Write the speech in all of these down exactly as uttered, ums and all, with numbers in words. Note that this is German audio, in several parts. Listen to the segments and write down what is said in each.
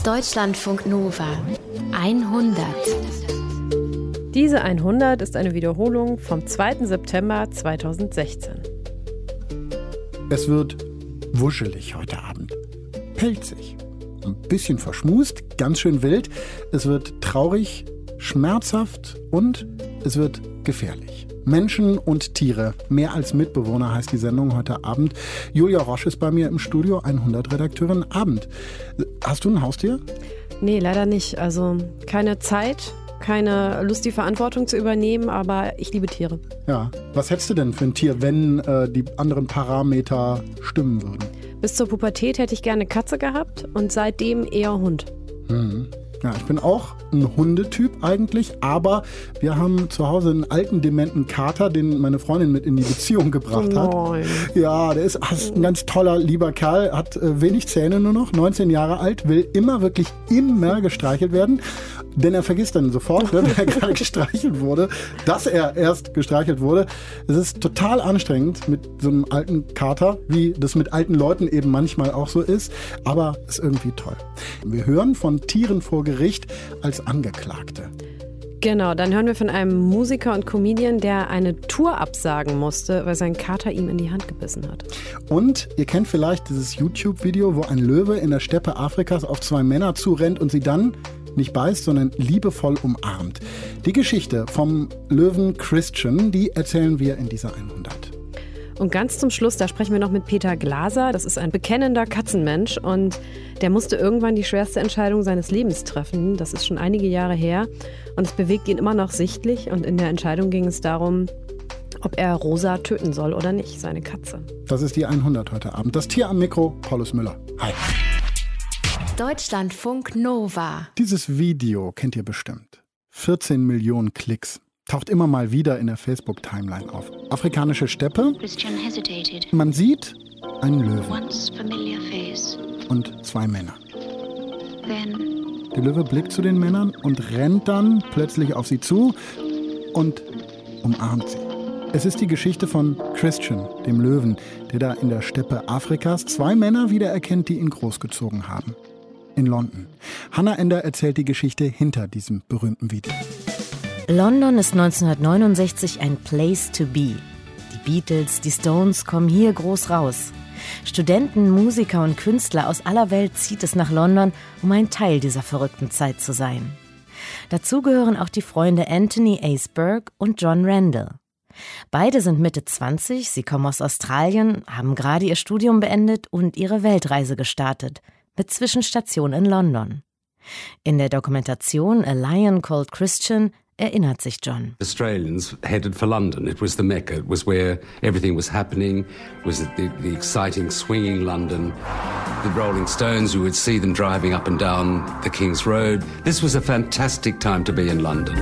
Deutschlandfunk Nova hundert. Diese hundert ist eine Wiederholung vom zweiten September zweitausendsechzehn. Es wird wuschelig heute Abend. Pelzig. Ein bisschen verschmust, ganz schön wild. Es wird traurig, schmerzhaft und es wird gefährlich. Menschen und Tiere, mehr als Mitbewohner heißt die Sendung heute Abend. Julia Roche ist bei mir im Studio, hundert-Redakteurin. Abend. Hast du ein Haustier? Nee, leider nicht. Also keine Zeit, keine Lust, die Verantwortung zu übernehmen, aber ich liebe Tiere. Ja. Was hättest du denn für ein Tier, wenn äh, die anderen Parameter stimmen würden? Bis zur Pubertät hätte ich gerne Katze gehabt und seitdem eher Hund. Mhm. Ja, ich bin auch ein Hundetyp eigentlich, aber wir haben zu Hause einen alten, dementen Kater, den meine Freundin mit in die Beziehung gebracht hat. Nein. Ja, der ist, ist ein ganz toller, lieber Kerl, hat äh, wenig Zähne nur noch, neunzehn Jahre alt, will immer, wirklich immer gestreichelt werden. Denn er vergisst dann sofort, wenn er gerade gestreichelt wurde, dass er erst gestreichelt wurde. Es ist total anstrengend mit so einem alten Kater, wie das mit alten Leuten eben manchmal auch so ist. Aber ist irgendwie toll. Wir hören von Tieren vor Gericht als Angeklagte. Genau, dann hören wir von einem Musiker und Comedian, der eine Tour absagen musste, weil sein Kater ihm in die Hand gebissen hat. Und ihr kennt vielleicht dieses YouTube-Video, wo ein Löwe in der Steppe Afrikas auf zwei Männer zurennt und sie dann nicht beißt, sondern liebevoll umarmt. Die Geschichte vom Löwen Christian, die erzählen wir in dieser hundert. Und ganz zum Schluss, da sprechen wir noch mit Peter Glaser. Das ist ein bekennender Katzenmensch und der musste irgendwann die schwerste Entscheidung seines Lebens treffen. Das ist schon einige Jahre her und es bewegt ihn immer noch sichtlich. Und in der Entscheidung ging es darum, ob er Rosa töten soll oder nicht, seine Katze. Das ist die hundert heute Abend. Das Tier am Mikro, Paulus Müller. Hi. Deutschlandfunk Nova. Dieses Video kennt ihr bestimmt. vierzehn Millionen Klicks. Taucht immer mal wieder in der Facebook-Timeline auf. Afrikanische Steppe. Man sieht einen Löwen. Und zwei Männer. Der Löwe blickt zu den Männern und rennt dann plötzlich auf sie zu und umarmt sie. Es ist die Geschichte von Christian, dem Löwen, der da in der Steppe Afrikas zwei Männer wiedererkennt, die ihn großgezogen haben. In London. Hannah Ender erzählt die Geschichte hinter diesem berühmten Video. London ist neunzehnhundertneunundsechzig ein Place to be. Die Beatles, die Stones kommen hier groß raus. Studenten, Musiker und Künstler aus aller Welt zieht es nach London, um ein Teil dieser verrückten Zeit zu sein. Dazu gehören auch die Freunde Anthony Ace Burke und John Randall. Beide sind Mitte zwanzig, sie kommen aus Australien, haben gerade ihr Studium beendet und ihre Weltreise gestartet, mit Zwischenstation in London. In der Dokumentation A Lion Called Christian erinnert sich John. Australians headed for London. It was the Mecca. It was where everything was happening. It was the, the exciting, swinging London. The Rolling Stones, you would see them driving up and down the King's Road. This was a fantastic time to be in London.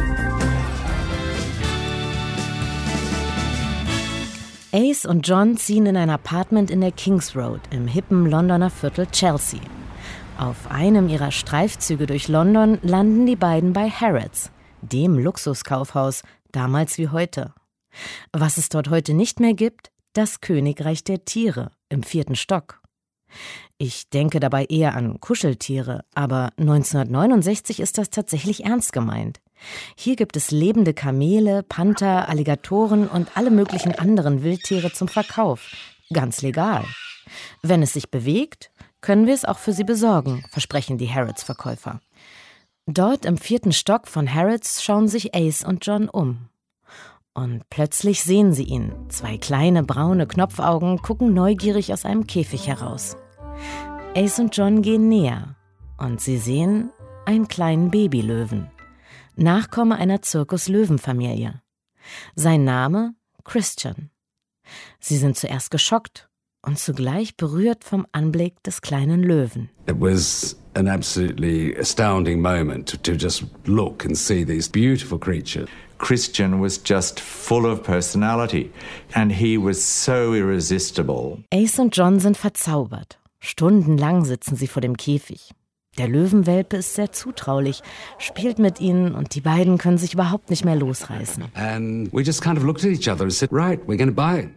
Ace und John ziehen in ein Apartment in der King's Road im hippen Londoner Viertel Chelsea. Auf einem ihrer Streifzüge durch London landen die beiden bei Harrods, dem Luxuskaufhaus, damals wie heute. Was es dort heute nicht mehr gibt, das Königreich der Tiere im vierten Stock. Ich denke dabei eher an Kuscheltiere, aber neunzehnhundertneunundsechzig ist das tatsächlich ernst gemeint. Hier gibt es lebende Kamele, Panther, Alligatoren und alle möglichen anderen Wildtiere zum Verkauf. Ganz legal. Wenn es sich bewegt, können wir es auch für sie besorgen, versprechen die Harrods-Verkäufer. Dort im vierten Stock von Harrods schauen sich Ace und John um. Und plötzlich sehen sie ihn. Zwei kleine braune Knopfaugen gucken neugierig aus einem Käfig heraus. Ace und John gehen näher und sie sehen einen kleinen Babylöwen, Nachkomme einer Zirkus-Löwen-Familie. Sein Name Christian. Sie sind zuerst geschockt und zugleich berührt vom Anblick des kleinen Löwen. It was an absolutely astounding moment to, to just look and see these beautiful creatures. Christian was just full of personality and he was so irresistible. Ace und John sind verzaubert. Stundenlang sitzen sie vor dem Käfig. Der Löwenwelpe ist sehr zutraulich, spielt mit ihnen und die beiden können sich überhaupt nicht mehr losreißen. And we just kind of looked at each other and said, right, we're going to buy it.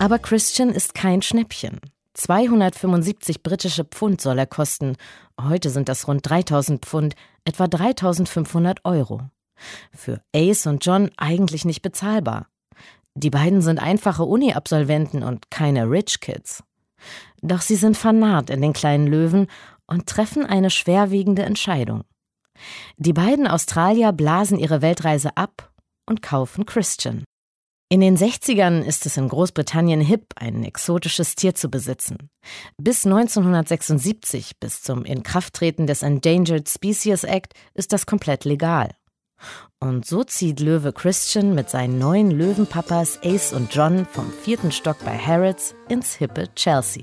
Aber Christian ist kein Schnäppchen. zweihundertfünfundsiebzig britische Pfund soll er kosten. Heute sind das rund dreitausend Pfund, etwa dreitausendfünfhundert Euro. Für Ace und John eigentlich nicht bezahlbar. Die beiden sind einfache Uni-Absolventen und keine Rich Kids. Doch sie sind vernarrt in den kleinen Löwen und treffen eine schwerwiegende Entscheidung. Die beiden Australier blasen ihre Weltreise ab und kaufen Christian. In den sechzigern ist es in Großbritannien hip, ein exotisches Tier zu besitzen. Bis neunzehnhundertsechsundsiebzig, bis zum Inkrafttreten des Endangered Species Act, ist das komplett legal. Und so zieht Löwe Christian mit seinen neuen Löwenpapas Ace und John vom vierten Stock bei Harrods ins hippe Chelsea.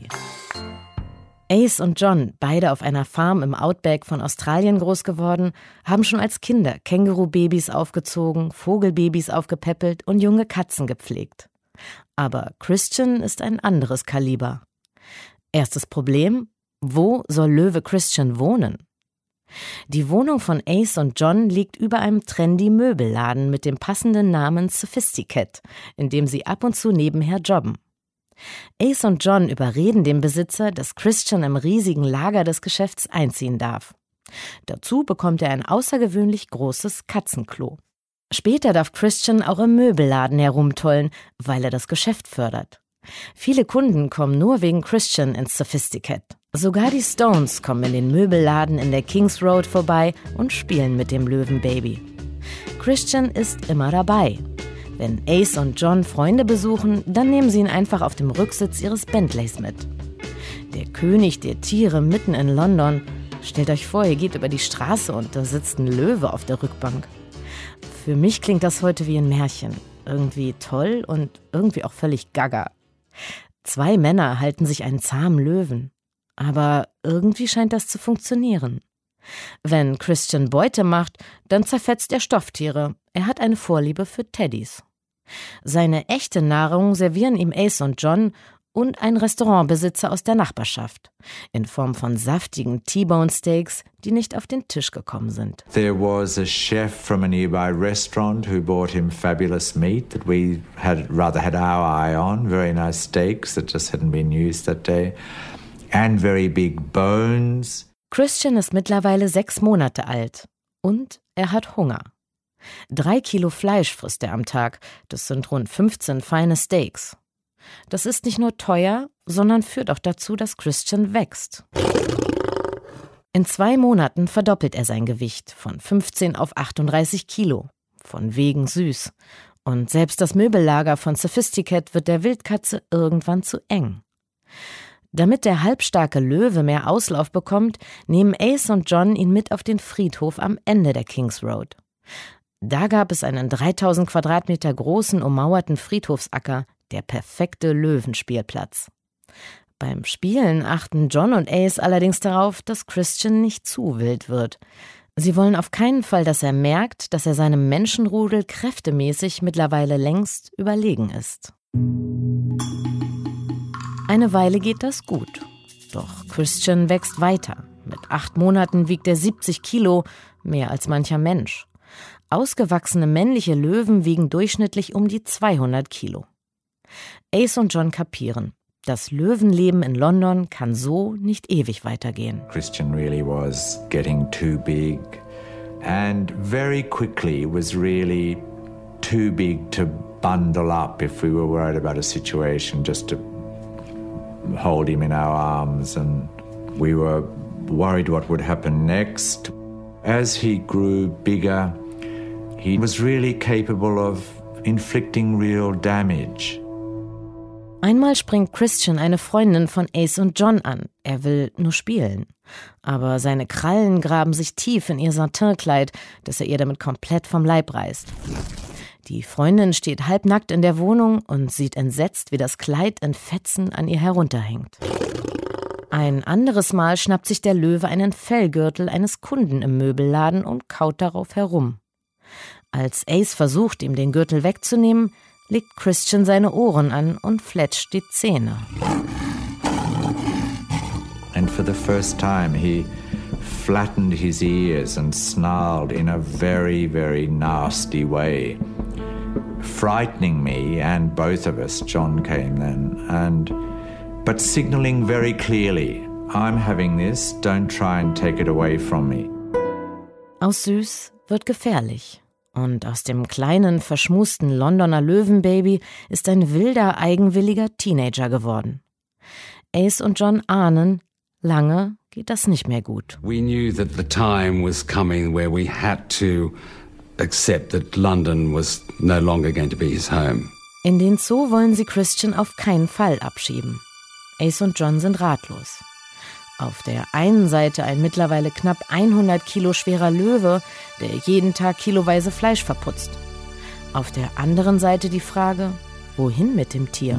Ace und John, beide auf einer Farm im Outback von Australien groß geworden, haben schon als Kinder Känguru-Babys aufgezogen, Vogelbabys aufgepäppelt und junge Katzen gepflegt. Aber Christian ist ein anderes Kaliber. Erstes Problem: Wo soll Löwe Christian wohnen? Die Wohnung von Ace und John liegt über einem trendy Möbelladen mit dem passenden Namen Sophisticat, in dem sie ab und zu nebenher jobben. Ace und John überreden den Besitzer, dass Christian im riesigen Lager des Geschäfts einziehen darf. Dazu bekommt er ein außergewöhnlich großes Katzenklo. Später darf Christian auch im Möbelladen herumtollen, weil er das Geschäft fördert. Viele Kunden kommen nur wegen Christian ins Sophisticat. Sogar die Stones kommen in den Möbelladen in der Kings Road vorbei und spielen mit dem Löwenbaby. Christian ist immer dabei. Wenn Ace und John Freunde besuchen, dann nehmen sie ihn einfach auf dem Rücksitz ihres Bentleys mit. Der König der Tiere mitten in London. Stellt euch vor, ihr geht über die Straße und da sitzt ein Löwe auf der Rückbank. Für mich klingt das heute wie ein Märchen. Irgendwie toll und irgendwie auch völlig gaga. Zwei Männer halten sich einen zahmen Löwen. Aber irgendwie scheint das zu funktionieren. Wenn Christian Beute macht, dann zerfetzt er Stofftiere. Er hat eine Vorliebe für Teddys. Seine echte Nahrung servieren ihm Ace und John und ein Restaurantbesitzer aus der Nachbarschaft. In Form von saftigen T-Bone Steaks, die nicht auf den Tisch gekommen sind. There was a chef from a nearby restaurant who brought him fabulous meat that we had rather had our eye on. Very nice steaks that just hadn't been used that day. And very big bones. Christian ist mittlerweile sechs Monate alt und er hat Hunger. Drei Kilo Fleisch frisst er am Tag, das sind rund fünfzehn feine Steaks. Das ist nicht nur teuer, sondern führt auch dazu, dass Christian wächst. In zwei Monaten verdoppelt er sein Gewicht von fünfzehn auf achtunddreißig Kilo, von wegen süß. Und selbst das Möbellager von Sophisticat wird der Wildkatze irgendwann zu eng. Damit der halbstarke Löwe mehr Auslauf bekommt, nehmen Ace und John ihn mit auf den Friedhof am Ende der Kings Road. Da gab es einen dreitausend Quadratmeter großen, ummauerten Friedhofsacker, der perfekte Löwenspielplatz. Beim Spielen achten John und Ace allerdings darauf, dass Christian nicht zu wild wird. Sie wollen auf keinen Fall, dass er merkt, dass er seinem Menschenrudel kräftemäßig mittlerweile längst überlegen ist. Eine Weile geht das gut. Doch Christian wächst weiter. Mit acht Monaten wiegt er siebzig Kilo, mehr als mancher Mensch. Ausgewachsene männliche Löwen wiegen durchschnittlich um die zweihundert Kilo. Ace und John kapieren, das Löwenleben in London kann so nicht ewig weitergehen. Christian really was getting too big and very quickly was really too big to bundle up if we were worried about a situation, just to hold him in our arms, and we were worried what would happen next. As he grew bigger, he was really capable of inflicting real damage. Einmal springt Christian eine Freundin von Ace und John an. Er will nur spielen. Aber seine Krallen graben sich tief in ihr Satinkleid, das er ihr damit komplett vom Leib reißt. Die Freundin steht halbnackt in der Wohnung und sieht entsetzt, wie das Kleid in Fetzen an ihr herunterhängt. Ein anderes Mal schnappt sich der Löwe einen Fellgürtel eines Kunden im Möbelladen und kaut darauf herum. Als Ace versucht, ihm den Gürtel wegzunehmen, legt Christian seine Ohren an und fletscht die Zähne. And for the first time he flattened his ears and snarled in a very, very nasty way. frightening me and both of us. John came then, and but signaling very clearly, I'm having this, don't try and take it away from me. Aus süß wird gefährlich. Und aus dem kleinen, verschmusten Londoner Löwenbaby ist ein wilder, eigenwilliger Teenager geworden. Ace und John ahnen, lange geht das nicht mehr gut. We knew that the time was coming where we had to accept that London was no longer going to be his home. In den Zoo wollen sie Christian auf keinen Fall abschieben. Ace und John sind ratlos. Auf der einen Seite ein mittlerweile knapp hundert Kilo schwerer Löwe, der jeden Tag kiloweise Fleisch verputzt. Auf der anderen Seite die Frage, wohin mit dem Tier?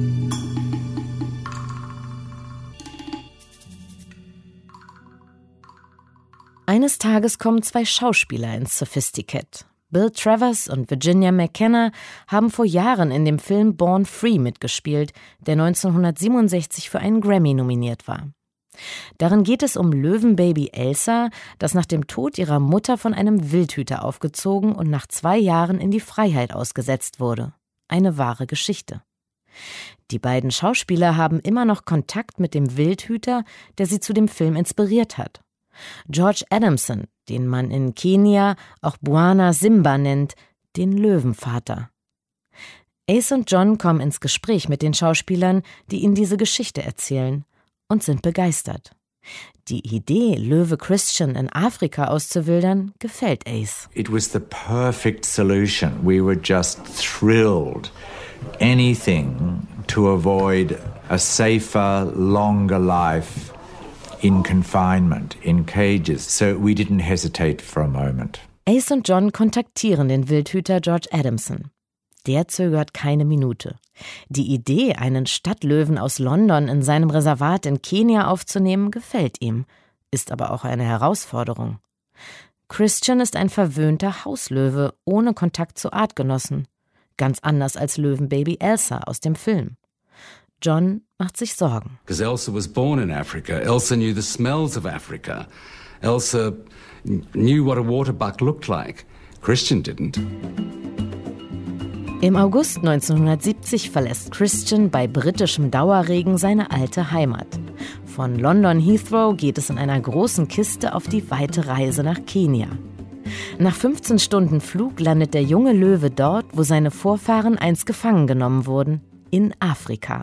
Eines Tages kommen zwei Schauspieler ins Sophisticate. Bill Travers und Virginia McKenna haben vor Jahren in dem Film Born Free mitgespielt, der neunzehnhundertsiebenundsechzig für einen Grammy nominiert war. Darin geht es um Löwenbaby Elsa, das nach dem Tod ihrer Mutter von einem Wildhüter aufgezogen und nach zwei Jahren in die Freiheit ausgesetzt wurde. Eine wahre Geschichte. Die beiden Schauspieler haben immer noch Kontakt mit dem Wildhüter, der sie zu dem Film inspiriert hat. George Adamson, den man in Kenia auch Bwana Simba nennt, den Löwenvater. Ace und John kommen ins Gespräch mit den Schauspielern, die ihnen diese Geschichte erzählen, und sind begeistert. Die Idee, Löwe Christian in Afrika auszuwildern, gefällt Ace. It was the perfect solution. We were just thrilled. Anything to avoid a safer, longer life in confinement, in cages. So we didn't hesitate for a moment. Ace und John kontaktieren den Wildhüter George Adamson. Der zögert keine Minute. Die Idee, einen Stadtlöwen aus London in seinem Reservat in Kenia aufzunehmen, gefällt ihm, ist aber auch eine Herausforderung. Christian ist ein verwöhnter Hauslöwe ohne Kontakt zu Artgenossen. Ganz anders als Löwenbaby Elsa aus dem Film. John macht sich Sorgen. Because Elsa was born in Africa. Elsa knew the smells of Africa. Elsa knew what a waterbuck looked like. Christian didn't. Im August neunzehnhundertsiebzig verlässt Christian bei britischem Dauerregen seine alte Heimat. Von London Heathrow geht es in einer großen Kiste auf die weite Reise nach Kenia. Nach fünfzehn Stunden Flug landet der junge Löwe dort, wo seine Vorfahren einst gefangen genommen wurden, in Afrika.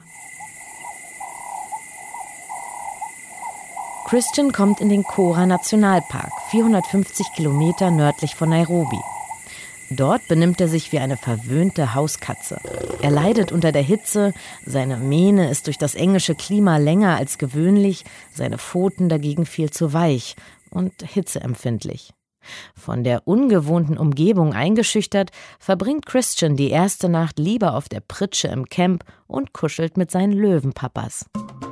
Christian kommt in den Kora Nationalpark, vierhundertfünfzig Kilometer nördlich von Nairobi. Dort benimmt er sich wie eine verwöhnte Hauskatze. Er leidet unter der Hitze, seine Mähne ist durch das englische Klima länger als gewöhnlich, seine Pfoten dagegen viel zu weich und hitzeempfindlich. Von der ungewohnten Umgebung eingeschüchtert, verbringt Christian die erste Nacht lieber auf der Pritsche im Camp und kuschelt mit seinen Löwenpapas.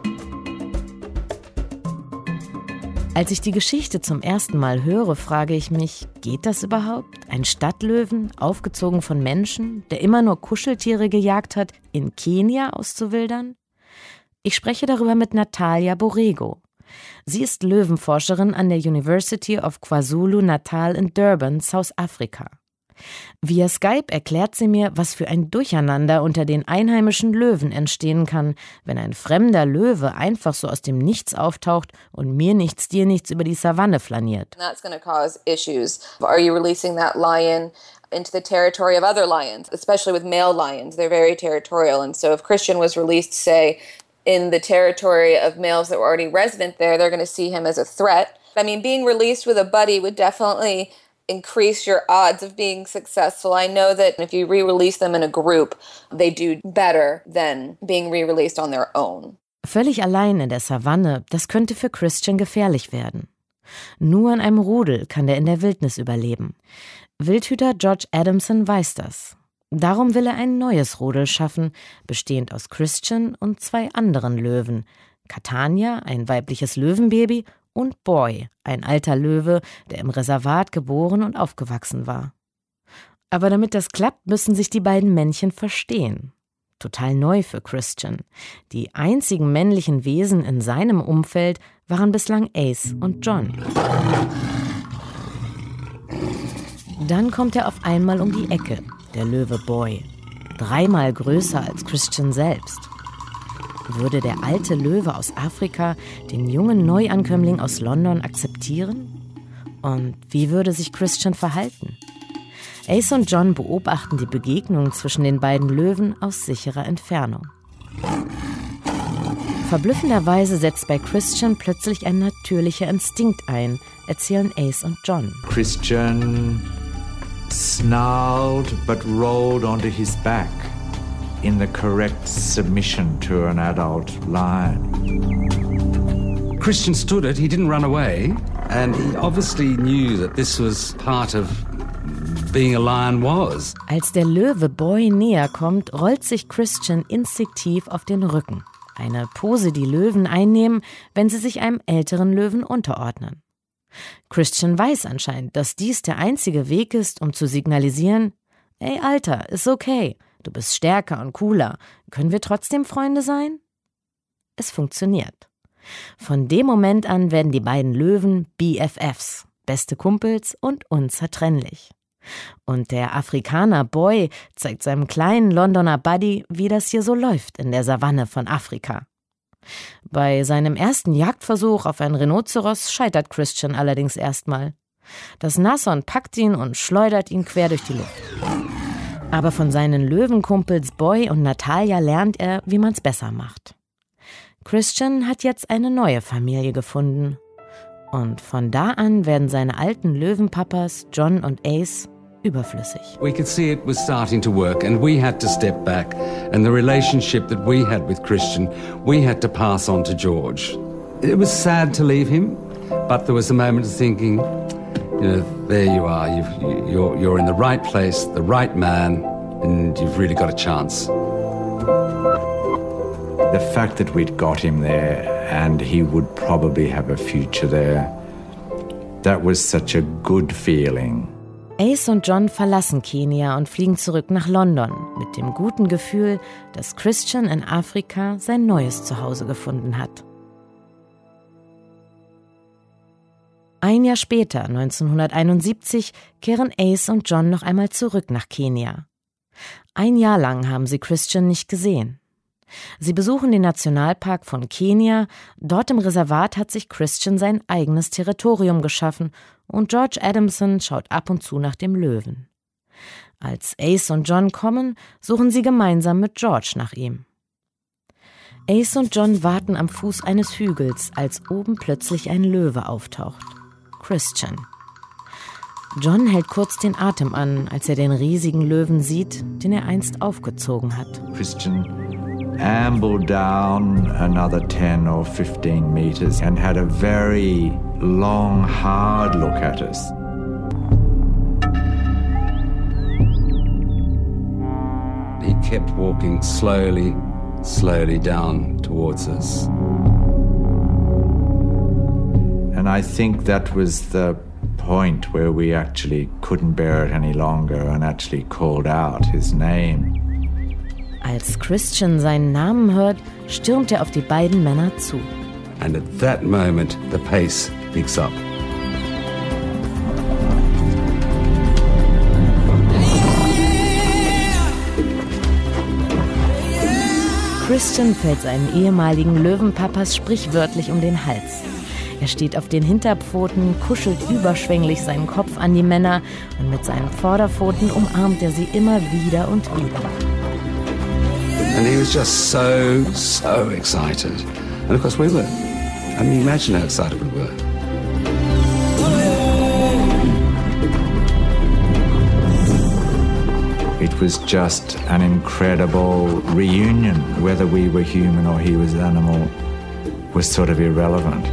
Als ich die Geschichte zum ersten Mal höre, frage ich mich, geht das überhaupt? Ein Stadtlöwen, aufgezogen von Menschen, der immer nur Kuscheltiere gejagt hat, in Kenia auszuwildern? Ich spreche darüber mit Natalia Borrego. Sie ist Löwenforscherin an der University of KwaZulu-Natal in Durban, South Africa. Via Skype erklärt sie mir, was für ein Durcheinander unter den einheimischen Löwen entstehen kann, wenn ein fremder Löwe einfach so aus dem Nichts auftaucht und mir nichts, dir nichts über die Savanne flaniert. That's going to cause issues. Are you releasing that lion into the territory of other lions, especially with male lions? They're very territorial, and so if Christian was released, say, in the territory of males that were already resident there, they're going to see him as a threat. I mean, being released with a buddy would definitely increase your odds of being successful. I know that if you re-release them in a group, they do better than being re-released on their own. Völlig allein in der Savanne, das könnte für Christian gefährlich werden. Nur in einem Rudel kann er in der Wildnis überleben. Wildhüter George Adamson weiß das. Darum will er ein neues Rudel schaffen, bestehend aus Christian und zwei anderen Löwen. Catania, ein weibliches Löwenbaby, und Boy, ein alter Löwe, der im Reservat geboren und aufgewachsen war. Aber damit das klappt, müssen sich die beiden Männchen verstehen. Total neu für Christian. Die einzigen männlichen Wesen in seinem Umfeld waren bislang Ace und John. Dann kommt er auf einmal um die Ecke. der Löwe Boy. Dreimal größer als Christian selbst. Würde der alte Löwe aus Afrika den jungen Neuankömmling aus London akzeptieren? Und wie würde sich Christian verhalten? Ace und John beobachten die Begegnung zwischen den beiden Löwen aus sicherer Entfernung. Verblüffenderweise setzt bei Christian plötzlich ein natürlicher Instinkt ein, erzählen Ace und John. Christian snarled but rolled onto his back in the correct submission to an adult lion. Christian stood it, he didn't run away, and he obviously knew that this was part of being a lion was. Als der Löwe Boy näher kommt, rollt sich Christian instinktiv auf den Rücken. Eine Pose, die Löwen einnehmen, wenn sie sich einem älteren Löwen unterordnen. Christian weiß anscheinend, dass dies der einzige Weg ist, um zu signalisieren: Ey Alter, ist okay, du bist stärker und cooler, können wir trotzdem Freunde sein? Es funktioniert. Von dem Moment an werden die beiden Löwen B F Fs, beste Kumpels und unzertrennlich. Und der Afrikaner Boy zeigt seinem kleinen Londoner Buddy, wie das hier so läuft in der Savanne von Afrika. Bei seinem ersten Jagdversuch auf ein Rhinoceros scheitert Christian allerdings erstmal. Das Nashorn packt ihn und schleudert ihn quer durch die Luft. Aber von seinen Löwenkumpels Boy und Natalia lernt er, wie man's besser macht. Christian hat jetzt eine neue Familie gefunden. Und von da an werden seine alten Löwenpapas, John und Ace, überflüssig. We could see it was starting to work, and we had to step back. And the relationship that we had with Christian, we had to pass on to George. It was sad to leave him, but there was a moment of thinking, you know, there you are. You've, you're, you're in the right place, the right man, and you've really got a chance. The fact that we'd got him there and he would probably have a future there, that was such a good feeling. Ace und John verlassen Kenia und fliegen zurück nach London mit dem guten Gefühl, dass Christian in Afrika sein neues Zuhause gefunden hat. Ein Jahr später, neunzehnhunderteinundsiebzig, kehren Ace und John noch einmal zurück nach Kenia. Ein Jahr lang haben sie Christian nicht gesehen. Sie besuchen den Nationalpark von Kenia. Dort im Reservat hat sich Christian sein eigenes Territorium geschaffen und George Adamson schaut ab und zu nach dem Löwen. Als Ace und John kommen, suchen sie gemeinsam mit George nach ihm. Ace und John warten am Fuß eines Hügels, als oben plötzlich ein Löwe auftaucht. Christian. John hält kurz den Atem an, als er den riesigen Löwen sieht, den er einst aufgezogen hat. Christian ambled down another ten or fifteen meters and had a very long, hard look at us. He kept walking slowly, slowly down towards us. And I think that was the point where we actually couldn't bear it any longer and actually called out his name. Als Christian seinen Namen hört, stürmt er auf die beiden Männer zu. And at that moment, the pace picks up. Christian fällt seinen ehemaligen Löwenpapas sprichwörtlich um den Hals. Er steht auf den Hinterpfoten, kuschelt überschwänglich seinen Kopf an die Männer und mit seinen Vorderpfoten umarmt er sie immer wieder und wieder. And he was just so, so excited. And of course we were. I mean, imagine how excited we were. It was just an incredible reunion. Whether we were human or he was animal was sort of irrelevant.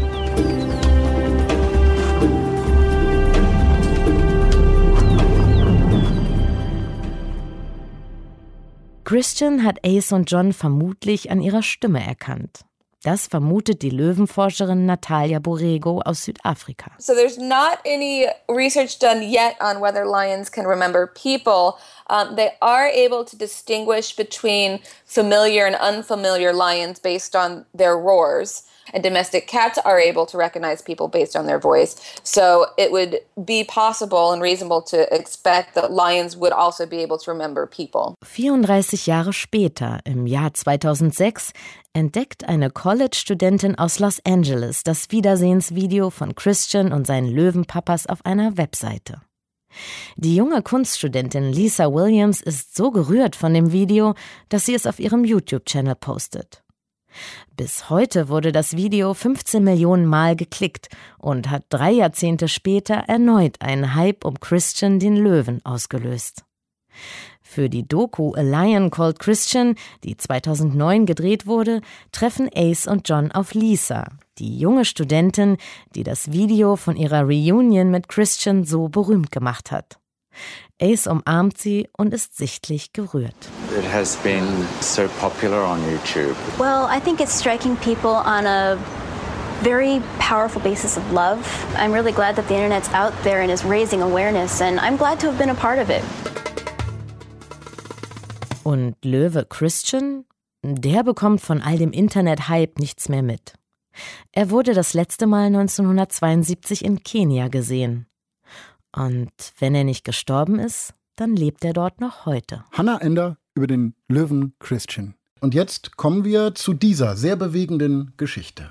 Christian hat Ace und John vermutlich an ihrer Stimme erkannt. Das vermutet die Löwenforscherin Natalia Borrego aus Südafrika. So there's not any research done yet on whether lions can remember people. Um, they are able to distinguish between familiar and unfamiliar lions based on their roars. And domestic cats are able to recognize people based on their voice. So it would be possible and reasonable to expect that lions would also be able to remember people. vierunddreißig Jahre später, im Jahr zweitausendsechs, entdeckt eine College-Studentin aus Los Angeles das Wiedersehensvideo von Christian und seinen Löwenpapas auf einer Webseite. Die junge Kunststudentin Lisa Williams ist so gerührt von dem Video, dass sie es auf ihrem YouTube-Channel postet. Bis heute wurde das Video fünfzehn Millionen Mal geklickt und hat drei Jahrzehnte später erneut einen Hype um Christian den Löwen ausgelöst. Für die Doku A Lion Called Christian, die zweitausendneun gedreht wurde, treffen Ace und John auf Lisa, die junge Studentin, die das Video von ihrer Reunion mit Christian so berühmt gemacht hat. Ace umarmt sie und ist sichtlich gerührt. It has been so popular on YouTube. Well, I think it's striking people on a very powerful basis of love. I'm really glad that the internet's out there and is raising awareness, and I'm glad to have been a part of it. Und Löwe Christian? Der bekommt von all dem Internet-Hype nichts mehr mit. Er wurde das letzte Mal neunzehnhundertzweiundsiebzig in Kenia gesehen. Und wenn er nicht gestorben ist, dann lebt er dort noch heute. Hannah Ender über den Löwen Christian. Und jetzt kommen wir zu dieser sehr bewegenden Geschichte.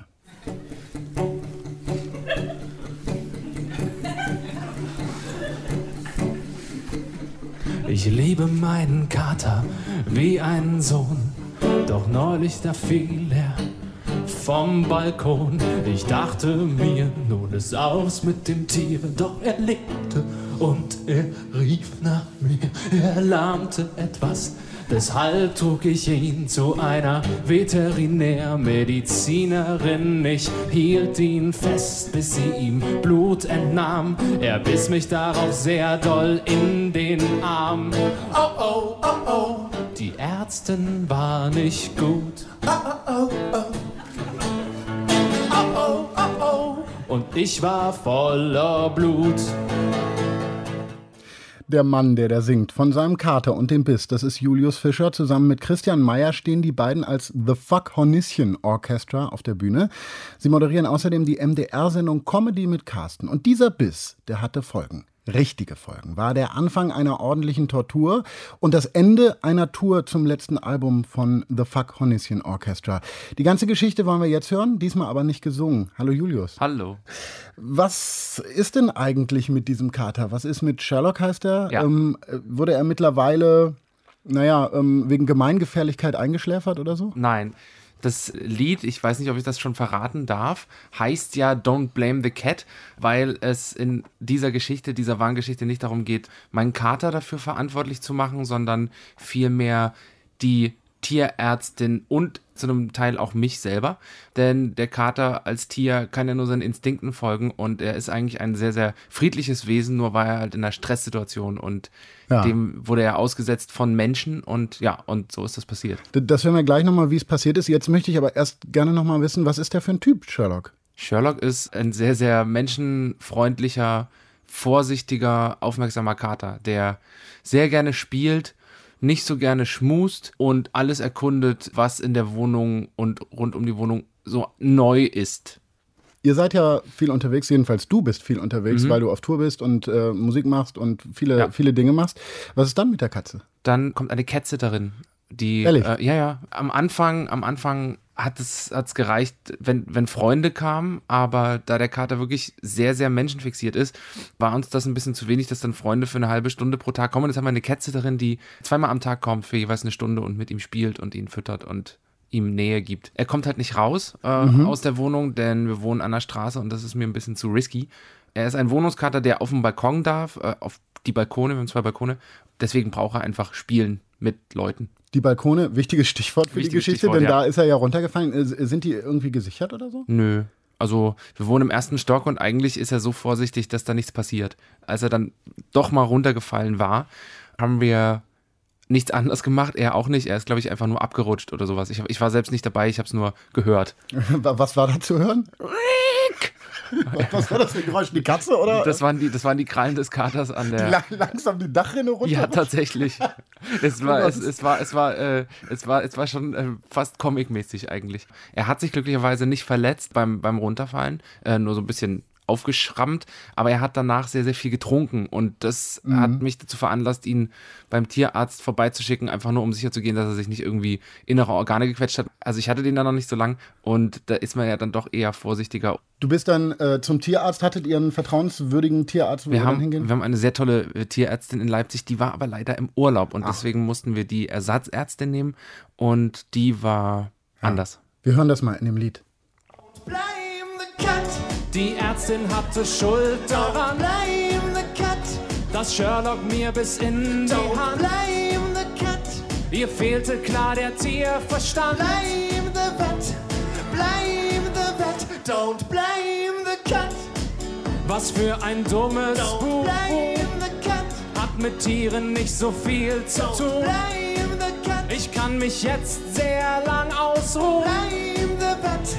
Ich liebe meinen Kater wie einen Sohn, doch neulich da fiel er vom Balkon. Ich dachte mir, nun ist aus mit dem Tier, doch er lebte und er rief nach mir. Er lahmte etwas, deshalb trug ich ihn zu einer Veterinärmedizinerin. Ich hielt ihn fest, bis sie ihm Blut entnahm. Er biss mich darauf sehr doll in den Arm. Oh, oh, oh, oh, die Ärztin war nicht gut. Oh, oh, oh, oh. Oh, oh, oh, oh. Und ich war voller Blut. Der Mann, der da singt, von seinem Kater und dem Biss, das ist Julius Fischer. Zusammen mit Christian Meyer stehen die beiden als The Fuck Hornission Orchestra auf der Bühne. Sie moderieren außerdem die M D R-Sendung Comedy mit Carsten. Und dieser Biss, der hatte Folgen. Richtige Folgen. War der Anfang einer ordentlichen Tortur und das Ende einer Tour zum letzten Album von The Fuck Hornission Orchestra. Die ganze Geschichte wollen wir jetzt hören, diesmal aber nicht gesungen. Hallo Julius. Hallo. Was ist denn eigentlich mit diesem Kater? Was ist mit Sherlock, heißt er? Ja. Ähm, wurde er mittlerweile, naja, ähm, wegen Gemeingefährlichkeit eingeschläfert oder so? Nein. Das Lied, ich weiß nicht, ob ich das schon verraten darf, heißt ja Don't Blame the Cat, weil es in dieser Geschichte, dieser wahren Geschichte nicht darum geht, meinen Kater dafür verantwortlich zu machen, sondern vielmehr die Tierärztin und zu einem Teil auch mich selber. Denn der Kater als Tier kann ja nur seinen Instinkten folgen und er ist eigentlich ein sehr, sehr friedliches Wesen, nur war er halt in einer Stresssituation und ja. Dem wurde er ausgesetzt von Menschen und ja, und so ist das passiert. Das hören wir gleich nochmal, wie es passiert ist. Jetzt möchte ich aber erst gerne nochmal wissen, was ist der für ein Typ, Sherlock? Sherlock ist ein sehr, sehr menschenfreundlicher, vorsichtiger, aufmerksamer Kater, der sehr gerne spielt, nicht so gerne schmust und alles erkundet, was in der Wohnung und rund um die Wohnung so neu ist. Ihr seid ja viel unterwegs, jedenfalls du bist viel unterwegs, Mhm. weil du auf Tour bist und äh, Musik machst und viele, Ja. viele Dinge machst. Was ist dann mit der Katze? Dann kommt eine Catsitterin, die Ehrlich? Äh, ja, ja. Am Anfang, am Anfang hat es hat's gereicht, wenn, wenn Freunde kamen, aber da der Kater wirklich sehr, sehr menschenfixiert ist, war uns das ein bisschen zu wenig, dass dann Freunde für eine halbe Stunde pro Tag kommen. Jetzt haben wir eine Catsitterin, die zweimal am Tag kommt für jeweils eine Stunde und mit ihm spielt und ihn füttert und ihm Nähe gibt. Er kommt halt nicht raus äh, Mhm. aus der Wohnung, denn wir wohnen an der Straße und das ist mir ein bisschen zu risky. Er ist ein Wohnungskater, der auf dem Balkon darf, äh, auf die Balkone, wir haben zwei Balkone. Deswegen braucht er einfach spielen mit Leuten. Die Balkone, wichtiges Stichwort für Wichtiges die Geschichte, Stichwort, denn ja. da ist er ja runtergefallen. Äh, Sind die irgendwie gesichert oder so? Nö. Also wir wohnen im ersten Stock und eigentlich ist er so vorsichtig, dass da nichts passiert. Als er dann doch mal runtergefallen war, haben wir nichts anderes gemacht, er auch nicht. Er ist, glaube ich, einfach nur abgerutscht oder sowas. Ich, hab, ich war selbst nicht dabei, ich habe es nur gehört. Was war da zu hören? Was war das für ein Geräusch? Die Katze, oder? Das waren die, das waren die Krallen des Katers an der... Die lang, langsam die Dachrinne runter? Ja, tatsächlich. Es war, es, es war, es war, äh, es war, es war schon äh, fast comicmäßig eigentlich. Er hat sich glücklicherweise nicht verletzt beim, beim Runterfallen, äh, nur so ein bisschen aufgeschrammt, aber er hat danach sehr, sehr viel getrunken und das mhm. hat mich dazu veranlasst, ihn beim Tierarzt vorbeizuschicken, einfach nur um sicher zu gehen, dass er sich nicht irgendwie innere Organe gequetscht hat. Also ich hatte den dann noch nicht so lang und da ist man ja dann doch eher vorsichtiger. Du bist dann äh, zum Tierarzt, hattet ihr einen vertrauenswürdigen Tierarzt, wo wir wir haben, dann hingehen? Wir haben eine sehr tolle äh, Tierärztin in Leipzig, die war aber leider im Urlaub und Ach. deswegen mussten wir die Ersatzärztin nehmen und die war ja. anders. Wir hören das mal in dem Lied. Die Ärztin hatte Schuld daran, dass Sherlock mir bis in die Hand. Ihr fehlte klar der Tierverstand. Blame the vet, blame the vet, don't blame the cat. Was für ein dummes don't Buch, blame the cat. Hat mit Tieren nicht so viel zu don't tun. Blame the cat. Ich kann mich jetzt sehr lang ausruhen. Blame the vet,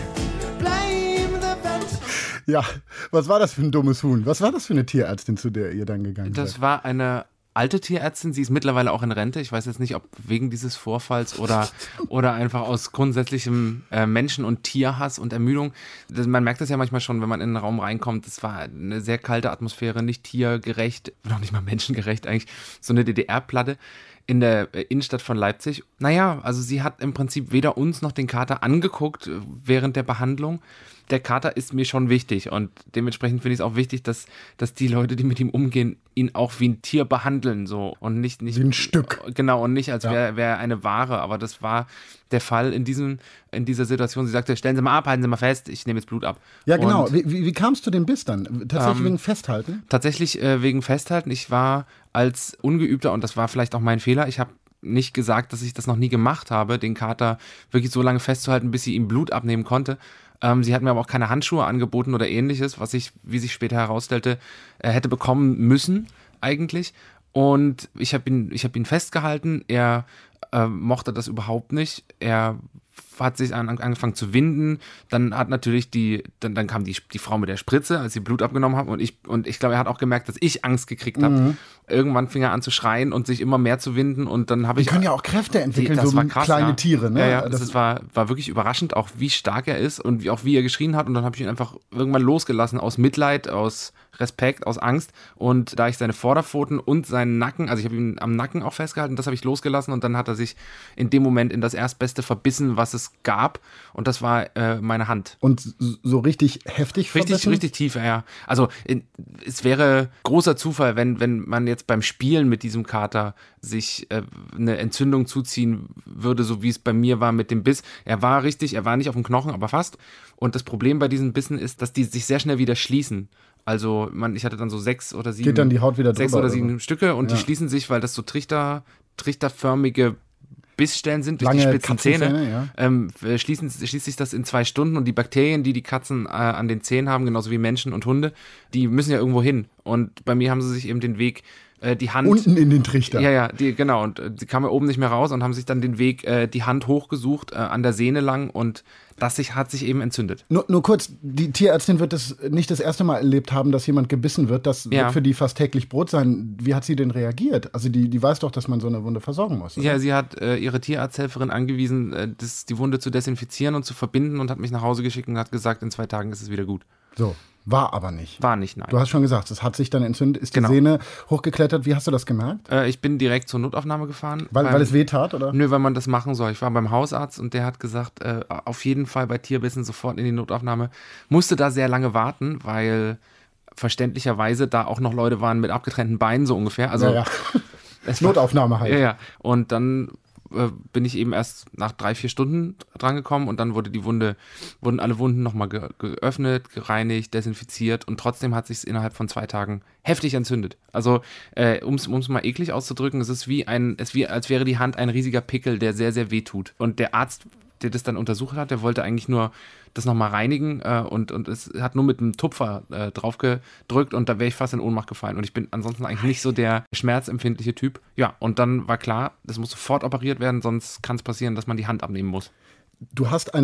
blame the vet. Ja, was war das für ein dummes Huhn? Was war das für eine Tierärztin, zu der ihr dann gegangen seid? Das war eine alte Tierärztin, sie ist mittlerweile auch in Rente. Ich weiß jetzt nicht, ob wegen dieses Vorfalls oder, oder einfach aus grundsätzlichem äh, Menschen- und Tierhass und Ermüdung. Das, man merkt das ja manchmal schon, wenn man in einen Raum reinkommt. Das war eine sehr kalte Atmosphäre, nicht tiergerecht, noch nicht mal menschengerecht eigentlich, so eine D D R-Platte in der Innenstadt von Leipzig. Naja, also sie hat im Prinzip weder uns noch den Kater angeguckt während der Behandlung. Der Kater ist mir schon wichtig und dementsprechend finde ich es auch wichtig, dass, dass die Leute, die mit ihm umgehen, ihn auch wie ein Tier behandeln so und nicht, nicht wie ein Stück. Genau, und nicht als ja. wäre wär eine Ware, aber das war der Fall in, diesem, in dieser Situation. Sie sagte, stellen Sie mal ab, halten Sie mal fest, ich nehme jetzt Blut ab. Ja, genau. Und, wie, wie, wie kamst du den Biss dann? Tatsächlich ähm, wegen Festhalten? Tatsächlich äh, wegen Festhalten. Ich war als Ungeübter, und das war vielleicht auch mein Fehler, ich habe nicht gesagt, dass ich das noch nie gemacht habe, den Kater wirklich so lange festzuhalten, bis sie ihm Blut abnehmen konnte. Ähm, sie hat mir aber auch keine Handschuhe angeboten oder ähnliches, was ich, wie sich später herausstellte, äh, hätte bekommen müssen eigentlich. Und ich habe ihn, ich hab ihn festgehalten. Er äh, mochte das überhaupt nicht. Er hat sich an, angefangen zu winden. Dann hat natürlich die, dann, dann kam die, die Frau mit der Spritze, als sie Blut abgenommen hat. Und ich, und ich glaube, er hat auch gemerkt, dass ich Angst gekriegt habe. Mhm. Irgendwann fing er an zu schreien und sich immer mehr zu winden. Und dann habe ich. Die können ja auch Kräfte entwickeln, die, das so war krass, kleine ja. Tiere. Ne? Ja, ja. Das, das war, war wirklich überraschend, auch wie stark er ist und wie, auch wie er geschrien hat. Und dann habe ich ihn einfach irgendwann losgelassen aus Mitleid, aus Respekt, aus Angst. Und da ich seine Vorderpfoten und seinen Nacken, also ich habe ihn am Nacken auch festgehalten, das habe ich losgelassen. Und dann hat er sich in dem Moment in das Erstbeste verbissen, was es gab. Und das war äh, meine Hand. Und so richtig heftig Richtig, verbissen? richtig tief, ja. Also in, es wäre großer Zufall, wenn, wenn man jetzt beim Spielen mit diesem Kater sich äh, eine Entzündung zuziehen würde, so wie es bei mir war mit dem Biss. Er war richtig, er war nicht auf dem Knochen, aber fast. Und das Problem bei diesen Bissen ist, dass die sich sehr schnell wieder schließen. Also man, ich hatte dann so sechs oder sieben, Geht dann die Haut wieder sechs drüber, oder sieben oder? Stücke und ja. die schließen sich, weil das so Trichter, trichterförmige Bissstellen sind durch Lange die spitzen Zähne, ja. ähm, schließen, schließt sich das in zwei Stunden und die Bakterien, die die Katzen äh, an den Zähnen haben, genauso wie Menschen und Hunde, die müssen ja irgendwo hin. Und bei mir haben sie sich eben den Weg, äh, die Hand... Unten in den Trichter. Ja, ja, die, genau. Und äh, die kamen ja oben nicht mehr raus und haben sich dann den Weg, äh, die Hand hochgesucht, äh, an der Sehne lang und das sich, hat sich eben entzündet. Nur, nur kurz, die Tierärztin wird das nicht das erste Mal erlebt haben, dass jemand gebissen wird. Das ja. wird für die fast täglich Brot sein. Wie hat sie denn reagiert? Also die, die weiß doch, dass man so eine Wunde versorgen muss. Oder? Ja, sie hat äh, ihre Tierarzthelferin angewiesen, äh, das, die Wunde zu desinfizieren und zu verbinden und hat mich nach Hause geschickt und hat gesagt, in zwei Tagen ist es wieder gut. So, war aber nicht. War nicht, nein. Du hast schon gesagt, es hat sich dann entzündet, ist die genau. Sehne hochgeklettert. Wie hast du das gemerkt? Äh, ich bin direkt zur Notaufnahme gefahren. Weil, beim, weil es weh tat, oder? Nö, weil man das machen soll. Ich war beim Hausarzt und der hat gesagt, äh, auf jeden Fall bei Tierbissen sofort in die Notaufnahme. Musste da sehr lange warten, weil verständlicherweise da auch noch Leute waren mit abgetrennten Beinen, so ungefähr. Also, ja, ja. Es Notaufnahme war, halt. Ja, ja. Und dann bin ich eben erst nach drei, vier Stunden drangekommen und dann wurde die Wunde, wurden alle Wunden nochmal ge- geöffnet, gereinigt, desinfiziert und trotzdem hat sich es innerhalb von zwei Tagen heftig entzündet. Also, äh, um es mal eklig auszudrücken, es ist wie ein, es wie, als wäre die Hand ein riesiger Pickel, der sehr, sehr weh tut. Und der Arzt, der das dann untersucht hat, der wollte eigentlich nur das nochmal reinigen äh, und, und es hat nur mit einem Tupfer äh, drauf gedrückt und da wäre ich fast in Ohnmacht gefallen. Und ich bin ansonsten eigentlich nicht so der schmerzempfindliche Typ. Ja, und dann war klar, das muss sofort operiert werden, sonst kann es passieren, dass man die Hand abnehmen muss. Du hast eine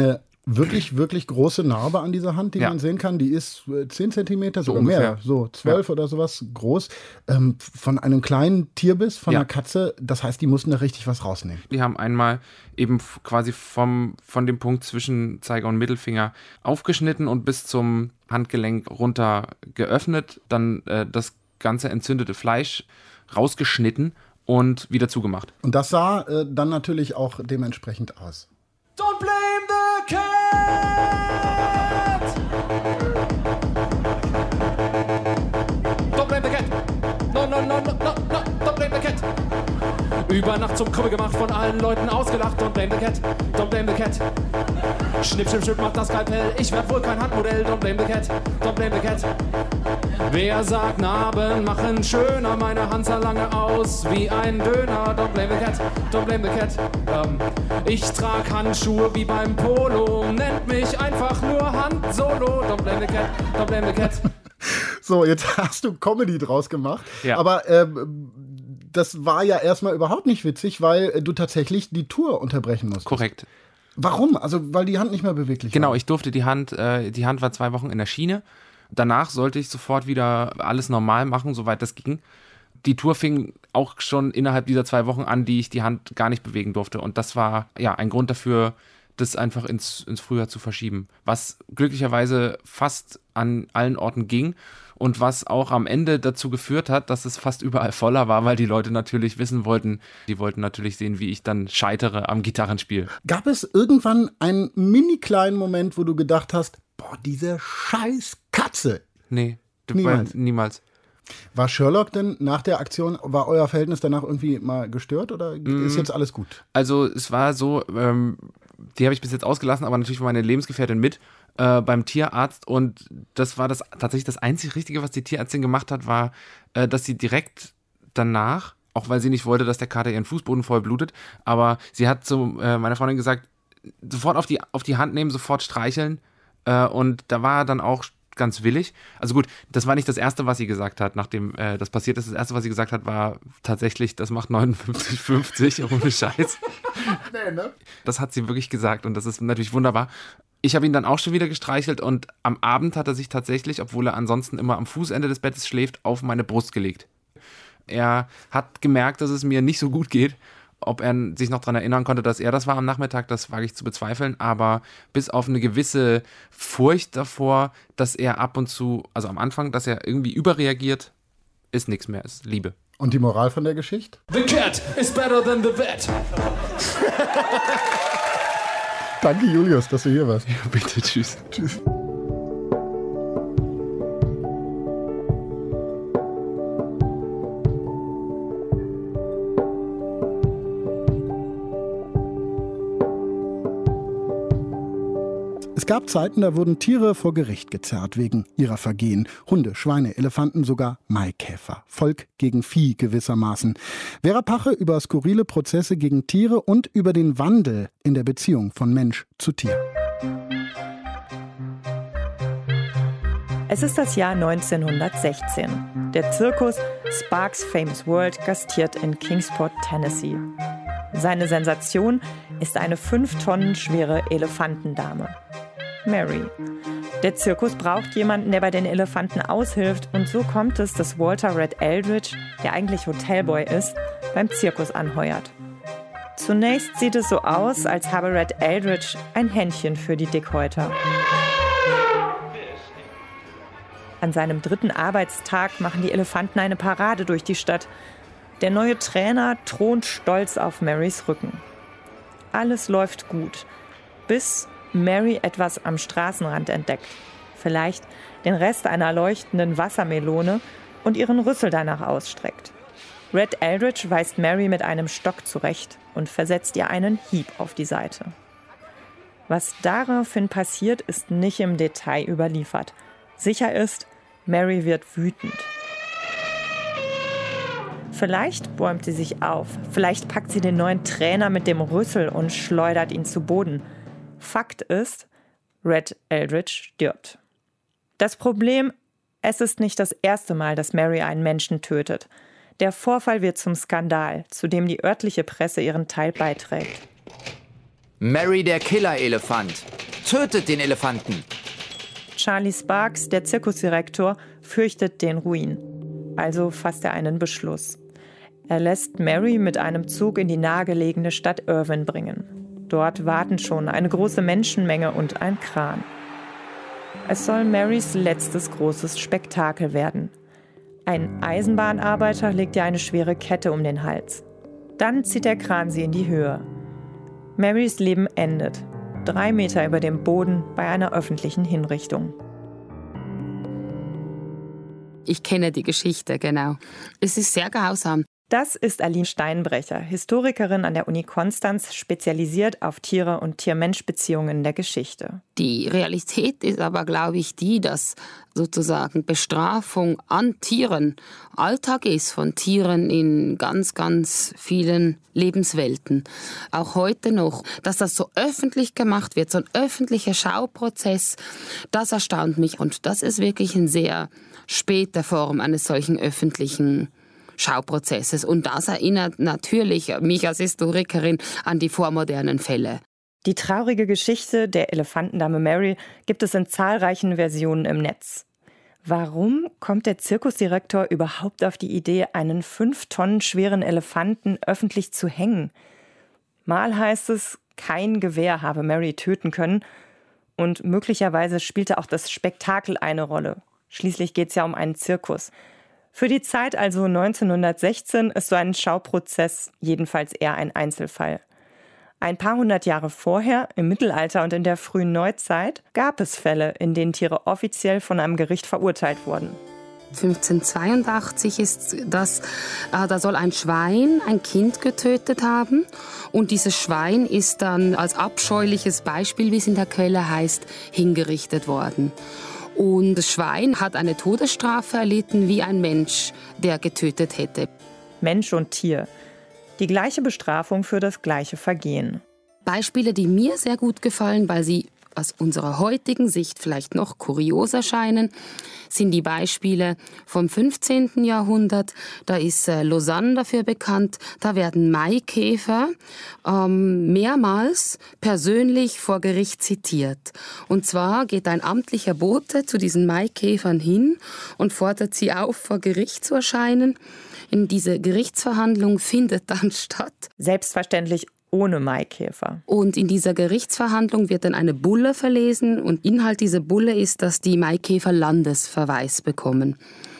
wirklich, wirklich große Narbe an dieser Hand, die ja. man sehen kann. Die ist zehn Zentimeter, sogar so mehr, so zwölf ja. oder sowas groß. Ähm, von einem kleinen Tierbiss, von ja. einer Katze. Das heißt, die mussten da richtig was rausnehmen. Die haben einmal eben quasi vom, von dem Punkt zwischen Zeiger und Mittelfinger aufgeschnitten und bis zum Handgelenk runter geöffnet. Dann äh, das ganze entzündete Fleisch rausgeschnitten und wieder zugemacht. Und das sah äh, dann natürlich auch dementsprechend aus. Don't blame the cat! Don't blame the cat! No, no, no, no, no, no, don't blame the cat! Über Nacht zum Krüppel gemacht, von allen Leuten ausgelacht. Don't blame the cat, don't blame the cat. Schnipp, schnipp, schnipp, macht das Skalpell. Ich werd wohl kein Handmodell. Don't blame the cat, don't blame the cat. Wer sagt, Narben machen schöner? Meine Hand sah lange aus wie ein Döner. Don't blame the cat, don't blame the cat. Ähm, ich trag Handschuhe wie beim Polo. Nennt mich einfach nur Hand Solo. Don't blame the cat, don't blame the cat. So, jetzt hast du Comedy draus gemacht. Ja. Aber ähm, das war ja erstmal überhaupt nicht witzig, weil du tatsächlich die Tour unterbrechen musstest. Korrekt. Warum? Also, weil die Hand nicht mehr beweglich genau, war. Genau, ich durfte die Hand, äh, die Hand war zwei Wochen in der Schiene. Danach sollte ich sofort wieder alles normal machen, soweit das ging. Die Tour fing auch schon innerhalb dieser zwei Wochen an, die ich die Hand gar nicht bewegen durfte. Und das war ja ein Grund dafür, das einfach ins, ins Frühjahr zu verschieben. Was glücklicherweise fast an allen Orten ging und was auch am Ende dazu geführt hat, dass es fast überall voller war, weil die Leute natürlich wissen wollten, die wollten natürlich sehen, wie ich dann scheitere am Gitarrenspiel. Gab es irgendwann einen mini kleinen Moment, wo du gedacht hast, boah, diese scheiß Katze? Nee, niemals. niemals. War Sherlock denn nach der Aktion, war euer Verhältnis danach irgendwie mal gestört oder mm. ist jetzt alles gut? Also es war so, ähm, die habe ich bis jetzt ausgelassen, aber natürlich war meine Lebensgefährtin mit äh, beim Tierarzt und das war das tatsächlich das einzig Richtige, was die Tierärztin gemacht hat, war, äh, dass sie direkt danach, auch weil sie nicht wollte, dass der Kater ihren Fußboden voll blutet, aber sie hat zu äh, meiner Freundin gesagt, sofort auf die, auf die Hand nehmen, sofort streicheln äh, und da war dann auch ganz willig. Also gut, das war nicht das Erste, was sie gesagt hat, nachdem äh, das passiert ist. Das Erste, was sie gesagt hat, war tatsächlich, das macht neunundfünfzig fünfzig, ohne Scheiß. Nee, ne? Das hat sie wirklich gesagt und das ist natürlich wunderbar. Ich habe ihn dann auch schon wieder gestreichelt und am Abend hat er sich tatsächlich, obwohl er ansonsten immer am Fußende des Bettes schläft, auf meine Brust gelegt. Er hat gemerkt, dass es mir nicht so gut geht. Ob er sich noch daran erinnern konnte, dass er das war am Nachmittag, das wage ich zu bezweifeln. Aber bis auf eine gewisse Furcht davor, dass er ab und zu, also am Anfang, dass er irgendwie überreagiert, ist nichts mehr, ist Liebe. Und die Moral von der Geschichte? The cat is better than the vet. Danke, Julius, dass du hier warst. Ja, bitte, tschüss. Tschüss. Es gab Zeiten, da wurden Tiere vor Gericht gezerrt wegen ihrer Vergehen. Hunde, Schweine, Elefanten, sogar Maikäfer. Volk gegen Vieh gewissermaßen. Vera Pache über skurrile Prozesse gegen Tiere und über den Wandel in der Beziehung von Mensch zu Tier. Es ist das Jahr neunzehnhundertsechzehn. Der Zirkus Sparks Famous World gastiert in Kingsport, Tennessee. Seine Sensation ist eine fünf Tonnen schwere Elefantendame. Mary. Der Zirkus braucht jemanden, der bei den Elefanten aushilft und so kommt es, dass Walter Red Eldridge, der eigentlich Hotelboy ist, beim Zirkus anheuert. Zunächst sieht es so aus, als habe Red Eldridge ein Händchen für die Dickhäuter. An seinem dritten Arbeitstag machen die Elefanten eine Parade durch die Stadt. Der neue Trainer thront stolz auf Marys Rücken. Alles läuft gut, bis Mary etwas am Straßenrand entdeckt. Vielleicht den Rest einer leuchtenden Wassermelone und ihren Rüssel danach ausstreckt. Red Eldridge weist Mary mit einem Stock zurecht und versetzt ihr einen Hieb auf die Seite. Was daraufhin passiert, ist nicht im Detail überliefert. Sicher ist, Mary wird wütend. Vielleicht bäumt sie sich auf, vielleicht packt sie den neuen Trainer mit dem Rüssel und schleudert ihn zu Boden. Fakt ist, Red Eldridge stirbt. Das Problem, es ist nicht das erste Mal, dass Mary einen Menschen tötet. Der Vorfall wird zum Skandal, zu dem die örtliche Presse ihren Teil beiträgt. Mary der Killerelefant. Tötet den Elefanten! Charlie Sparks, der Zirkusdirektor, fürchtet den Ruin. Also fasst er einen Beschluss. Er lässt Mary mit einem Zug in die nahegelegene Stadt Irvine bringen. Dort warten schon eine große Menschenmenge und ein Kran. Es soll Marys letztes großes Spektakel werden. Ein Eisenbahnarbeiter legt ihr eine schwere Kette um den Hals. Dann zieht der Kran sie in die Höhe. Marys Leben endet. Drei Meter über dem Boden bei einer öffentlichen Hinrichtung. Ich kenne die Geschichte, genau. Es ist sehr grausam. Das ist Aline Steinbrecher, Historikerin an der Uni Konstanz, spezialisiert auf Tiere- und Tier-Mensch-Beziehungen in der Geschichte. Die Realität ist aber, glaube ich, die, dass sozusagen Bestrafung an Tieren Alltag ist von Tieren in ganz, ganz vielen Lebenswelten. Auch heute noch, dass das so öffentlich gemacht wird, so ein öffentlicher Schauprozess, das erstaunt mich. Und das ist wirklich eine sehr späte Form eines solchen öffentlichen Schauprozesses. Und das erinnert natürlich mich als Historikerin an die vormodernen Fälle. Die traurige Geschichte der Elefantendame Mary gibt es in zahlreichen Versionen im Netz. Warum kommt der Zirkusdirektor überhaupt auf die Idee, einen fünf Tonnen schweren Elefanten öffentlich zu hängen? Mal heißt es, kein Gewehr habe Mary töten können. Und möglicherweise spielte auch das Spektakel eine Rolle. Schließlich geht es ja um einen Zirkus. Für die Zeit also neunzehnhundertsechzehn ist so ein Schauprozess jedenfalls eher ein Einzelfall. Ein paar hundert Jahre vorher, im Mittelalter und in der frühen Neuzeit, gab es Fälle, in denen Tiere offiziell von einem Gericht verurteilt wurden. fünfzehnhundertzweiundachtzig ist das, äh, da soll ein Schwein ein Kind getötet haben und dieses Schwein ist dann als abscheuliches Beispiel, wie es in der Quelle heißt, hingerichtet worden. Und das Schwein hat eine Todesstrafe erlitten wie ein Mensch, der getötet hätte. Mensch und Tier. Die gleiche Bestrafung für das gleiche Vergehen. Beispiele, die mir sehr gut gefallen, weil sie aus unserer heutigen Sicht vielleicht noch kurios erscheinen, sind die Beispiele vom fünfzehnten Jahrhundert. Da ist äh, Lausanne dafür bekannt. Da werden Maikäfer ähm, mehrmals persönlich vor Gericht zitiert. Und zwar geht ein amtlicher Bote zu diesen Maikäfern hin und fordert sie auf, vor Gericht zu erscheinen. In diese Gerichtsverhandlung findet dann statt. Selbstverständlich ohne Maikäfer. Und in dieser Gerichtsverhandlung wird dann eine Bulle verlesen und Inhalt dieser Bulle ist, dass die Maikäfer Landesverweis bekommen,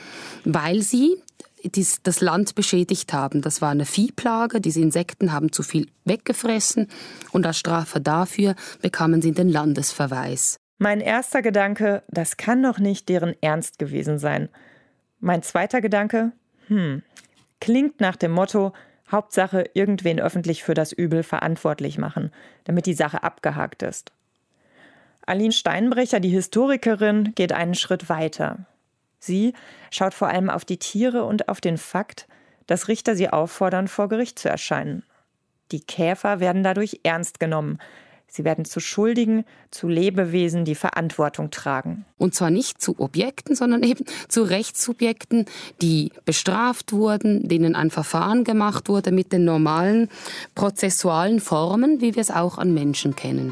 weil sie dies, das Land beschädigt haben. Das war eine Viehplage, diese Insekten haben zu viel weggefressen und als Strafe dafür bekamen sie den Landesverweis. Mein erster Gedanke, das kann doch nicht deren Ernst gewesen sein. Mein zweiter Gedanke, hm, klingt nach dem Motto, Hauptsache irgendwen öffentlich für das Übel verantwortlich machen, damit die Sache abgehakt ist. Aline Steinbrecher, die Historikerin, geht einen Schritt weiter. Sie schaut vor allem auf die Tiere und auf den Fakt, dass Richter sie auffordern, vor Gericht zu erscheinen. Die Käfer werden dadurch ernst genommen. Sie werden zu Schuldigen, zu Lebewesen, die Verantwortung tragen. Und zwar nicht zu Objekten, sondern eben zu Rechtssubjekten, die bestraft wurden, denen ein Verfahren gemacht wurde mit den normalen prozessualen Formen, wie wir es auch an Menschen kennen.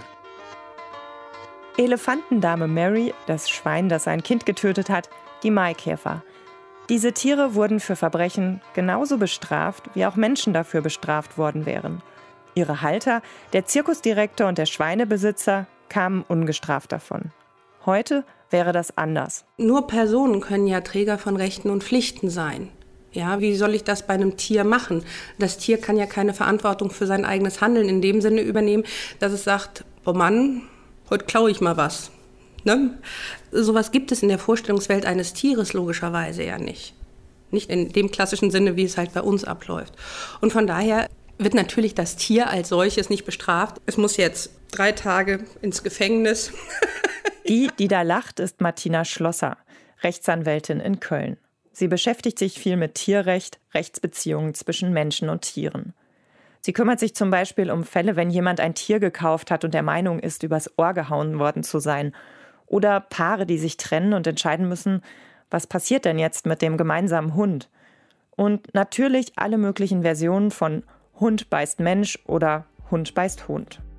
Elefantendame Mary, das Schwein, das ein Kind getötet hat, die Maikäfer. Diese Tiere wurden für Verbrechen genauso bestraft, wie auch Menschen dafür bestraft worden wären. Ihre Halter, der Zirkusdirektor und der Schweinebesitzer, kamen ungestraft davon. Heute wäre das anders. Nur Personen können ja Träger von Rechten und Pflichten sein. Ja, wie soll ich das bei einem Tier machen? Das Tier kann ja keine Verantwortung für sein eigenes Handeln in dem Sinne übernehmen, dass es sagt, oh Mann, heute klaue ich mal was. Ne? Sowas gibt es in der Vorstellungswelt eines Tieres logischerweise ja nicht. Nicht in dem klassischen Sinne, wie es halt bei uns abläuft. Und von daher wird natürlich das Tier als solches nicht bestraft. Es muss jetzt drei Tage ins Gefängnis. Die, die da lacht, ist Martina Schlosser, Rechtsanwältin in Köln. Sie beschäftigt sich viel mit Tierrecht, Rechtsbeziehungen zwischen Menschen und Tieren. Sie kümmert sich zum Beispiel um Fälle, wenn jemand ein Tier gekauft hat und der Meinung ist, übers Ohr gehauen worden zu sein. Oder Paare, die sich trennen und entscheiden müssen, was passiert denn jetzt mit dem gemeinsamen Hund? Und natürlich alle möglichen Versionen von Hund beißt Mensch oder Hund beißt Hund.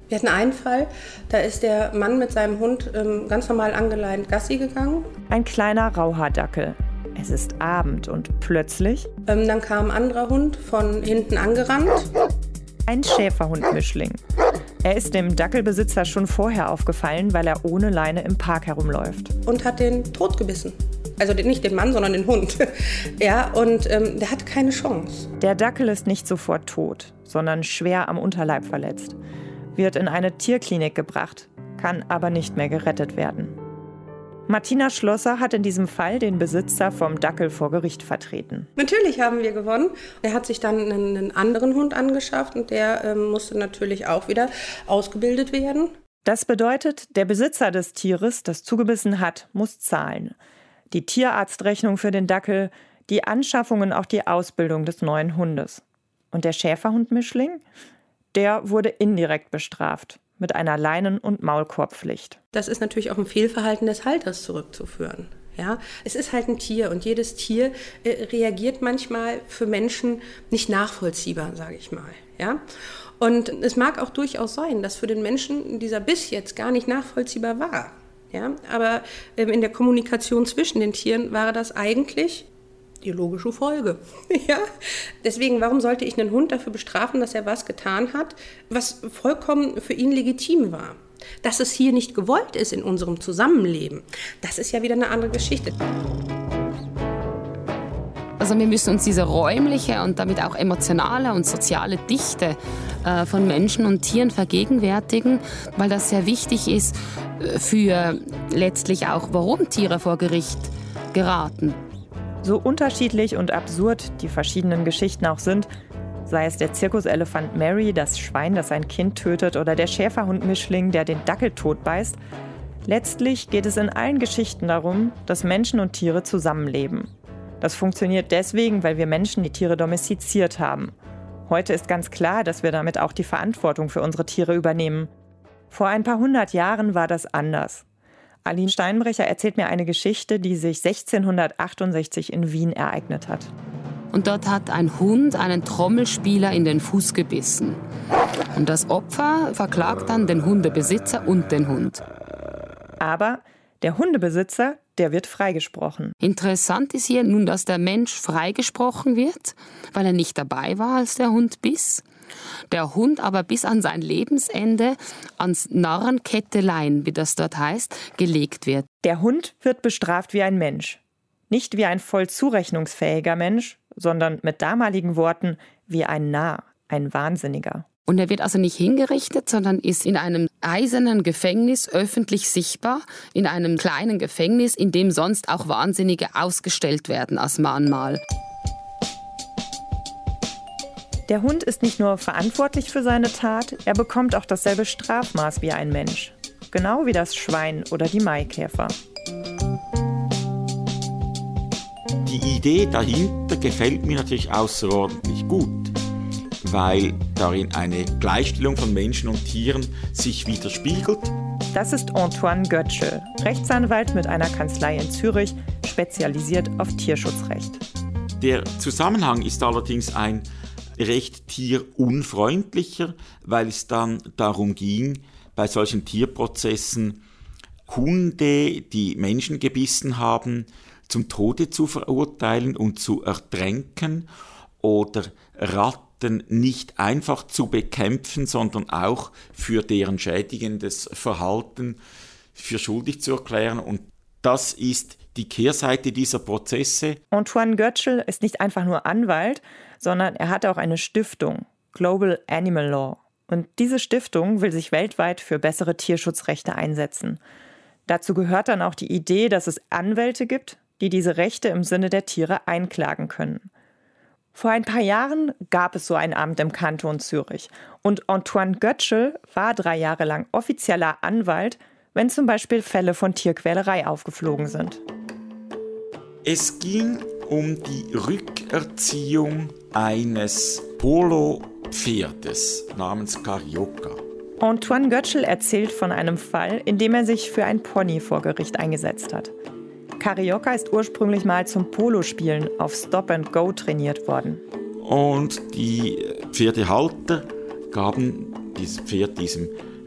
Wir hatten einen Fall, da ist der Mann mit seinem Hund ähm, ganz normal angeleint Gassi gegangen. Ein kleiner Rauhaardackel. Es ist Abend und plötzlich... Ähm, dann kam ein anderer Hund von hinten angerannt. Ein Schäferhund-Mischling. Er ist dem Dackelbesitzer schon vorher aufgefallen, weil er ohne Leine im Park herumläuft. Und hat den totgebissen. Also nicht den Mann, sondern den Hund. Ja, und ähm, der hat keine Chance. Der Dackel ist nicht sofort tot, sondern schwer am Unterleib verletzt. Wird in eine Tierklinik gebracht, kann aber nicht mehr gerettet werden. Martina Schlosser hat in diesem Fall den Besitzer vom Dackel vor Gericht vertreten. Natürlich haben wir gewonnen. Er hat sich dann einen, einen anderen Hund angeschafft und der ähm, musste natürlich auch wieder ausgebildet werden. Das bedeutet, der Besitzer des Tieres, das zugebissen hat, muss zahlen. Die Tierarztrechnung für den Dackel, die Anschaffung und auch die Ausbildung des neuen Hundes. Und der Schäferhund-Mischling? Der wurde indirekt bestraft mit einer Leinen- und Maulkorbpflicht. Das ist natürlich auf ein Fehlverhalten des Halters zurückzuführen. Ja, es ist halt ein Tier und jedes Tier äh, reagiert manchmal für Menschen nicht nachvollziehbar, sage ich mal. Ja? Und es mag auch durchaus sein, dass für den Menschen dieser Biss jetzt gar nicht nachvollziehbar war. Ja? Aber ähm, in der Kommunikation zwischen den Tieren war das eigentlich die logische Folge. Ja? Deswegen, warum sollte ich einen Hund dafür bestrafen, dass er was getan hat, was vollkommen für ihn legitim war? Dass es hier nicht gewollt ist in unserem Zusammenleben, das ist ja wieder eine andere Geschichte. Also wir müssen uns diese räumliche und damit auch emotionale und soziale Dichte äh, von Menschen und Tieren vergegenwärtigen, weil das sehr wichtig ist für letztlich auch, warum Tiere vor Gericht geraten. So unterschiedlich und absurd die verschiedenen Geschichten auch sind, sei es der Zirkuselefant Mary, das Schwein, das sein Kind tötet, oder der Schäferhund-Mischling, der den Dackel totbeißt, letztlich geht es in allen Geschichten darum, dass Menschen und Tiere zusammenleben. Das funktioniert deswegen, weil wir Menschen die Tiere domestiziert haben. Heute ist ganz klar, dass wir damit auch die Verantwortung für unsere Tiere übernehmen. Vor ein paar hundert Jahren war das anders. Aline Steinbrecher erzählt mir eine Geschichte, die sich sechzehnhundertachtundsechzig in Wien ereignet hat. Und dort hat ein Hund einen Trommelspieler in den Fuß gebissen. Und das Opfer verklagt dann den Hundebesitzer und den Hund. Aber der Hundebesitzer, der wird freigesprochen. Interessant ist hier nun, dass der Mensch freigesprochen wird, weil er nicht dabei war, als der Hund biss. Der Hund aber bis an sein Lebensende ans Narrenkettelein, wie das dort heißt, gelegt wird. Der Hund wird bestraft wie ein Mensch. Nicht wie ein voll zurechnungsfähiger Mensch, sondern mit damaligen Worten wie ein Narr, ein Wahnsinniger. Und er wird also nicht hingerichtet, sondern ist in einem eisernen Gefängnis öffentlich sichtbar, in einem kleinen Gefängnis, in dem sonst auch Wahnsinnige ausgestellt werden als Mahnmal. Der Hund ist nicht nur verantwortlich für seine Tat, er bekommt auch dasselbe Strafmaß wie ein Mensch. Genau wie das Schwein oder die Maikäfer. Die Idee dahinter gefällt mir natürlich außerordentlich gut, weil darin eine Gleichstellung von Menschen und Tieren sich widerspiegelt. Das ist Antoine Götschel, Rechtsanwalt mit einer Kanzlei in Zürich, spezialisiert auf Tierschutzrecht. Der Zusammenhang ist allerdings ein recht tierunfreundlicher, weil es dann darum ging, bei solchen Tierprozessen Hunde, die Menschen gebissen haben, zum Tode zu verurteilen und zu ertränken oder Ratten nicht einfach zu bekämpfen, sondern auch für deren schädigendes Verhalten für schuldig zu erklären. Und das ist die Kehrseite dieser Prozesse. Antoine Götschel ist nicht einfach nur Anwalt, sondern er hat auch eine Stiftung, Global Animal Law. Und diese Stiftung will sich weltweit für bessere Tierschutzrechte einsetzen. Dazu gehört dann auch die Idee, dass es Anwälte gibt, die diese Rechte im Sinne der Tiere einklagen können. Vor ein paar Jahren gab es so ein Amt im Kanton Zürich. Und Antoine Götschel war drei Jahre lang offizieller Anwalt, wenn zum Beispiel Fälle von Tierquälerei aufgeflogen sind. Es ging um die Rückerziehung eines Polo-Pferdes namens Carioca. Antoine Götschel erzählt von einem Fall, in dem er sich für ein Pony vor Gericht eingesetzt hat. Carioca ist ursprünglich mal zum Polospielen auf Stop and Go trainiert worden. Und die Pferdehalter gaben dieses Pferd diesem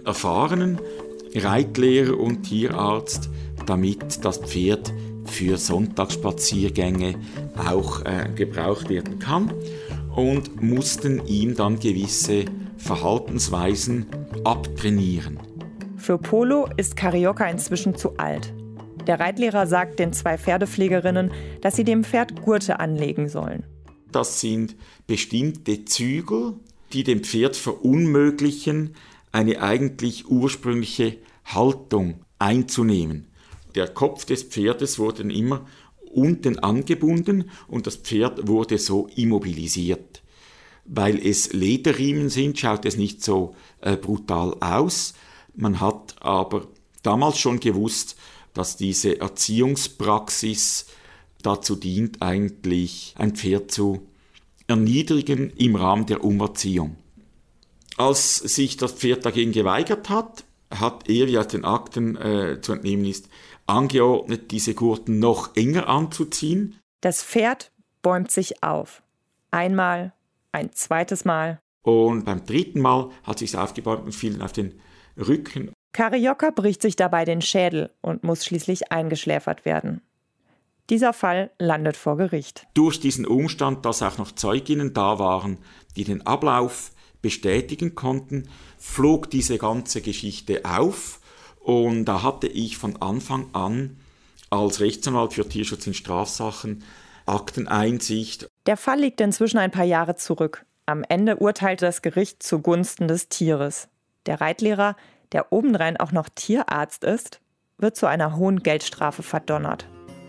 erfahrenen Reitlehrer und Tierarzt, damit das Pferd für Sonntagsspaziergänge auch äh, gebraucht werden kann, und mussten ihm dann gewisse Verhaltensweisen abtrainieren. Für Polo ist Carioca inzwischen zu alt. Der Reitlehrer sagt den zwei Pferdepflegerinnen, dass sie dem Pferd Gurte anlegen sollen. Das sind bestimmte Zügel, die dem Pferd verunmöglichen, eine eigentlich ursprüngliche Haltung einzunehmen. Der Kopf des Pferdes wurde immer unten angebunden und das Pferd wurde so immobilisiert. Weil es Lederriemen sind, schaut es nicht so äh, brutal aus. Man hat aber damals schon gewusst, dass diese Erziehungspraxis dazu dient, eigentlich ein Pferd zu erniedrigen im Rahmen der Umerziehung. Als sich das Pferd dagegen geweigert hat, hat er, wie aus den Akten äh, zu entnehmen ist, angeordnet, diese Gurten noch enger anzuziehen. Das Pferd bäumt sich auf. Einmal, ein zweites Mal. Und beim dritten Mal hat es sich aufgebäumt und fiel auf den Rücken. Carioca bricht sich dabei den Schädel und muss schließlich eingeschläfert werden. Dieser Fall landet vor Gericht. Durch diesen Umstand, dass auch noch Zeuginnen da waren, die den Ablauf bestätigen konnten, flog diese ganze Geschichte auf. Und da hatte ich von Anfang an als Rechtsanwalt für Tierschutz in Strafsachen Akteneinsicht. Der Fall liegt inzwischen ein paar Jahre zurück. Am Ende urteilte das Gericht zugunsten des Tieres. Der Reitlehrer, der obendrein auch noch Tierarzt ist, wird zu einer hohen Geldstrafe verdonnert.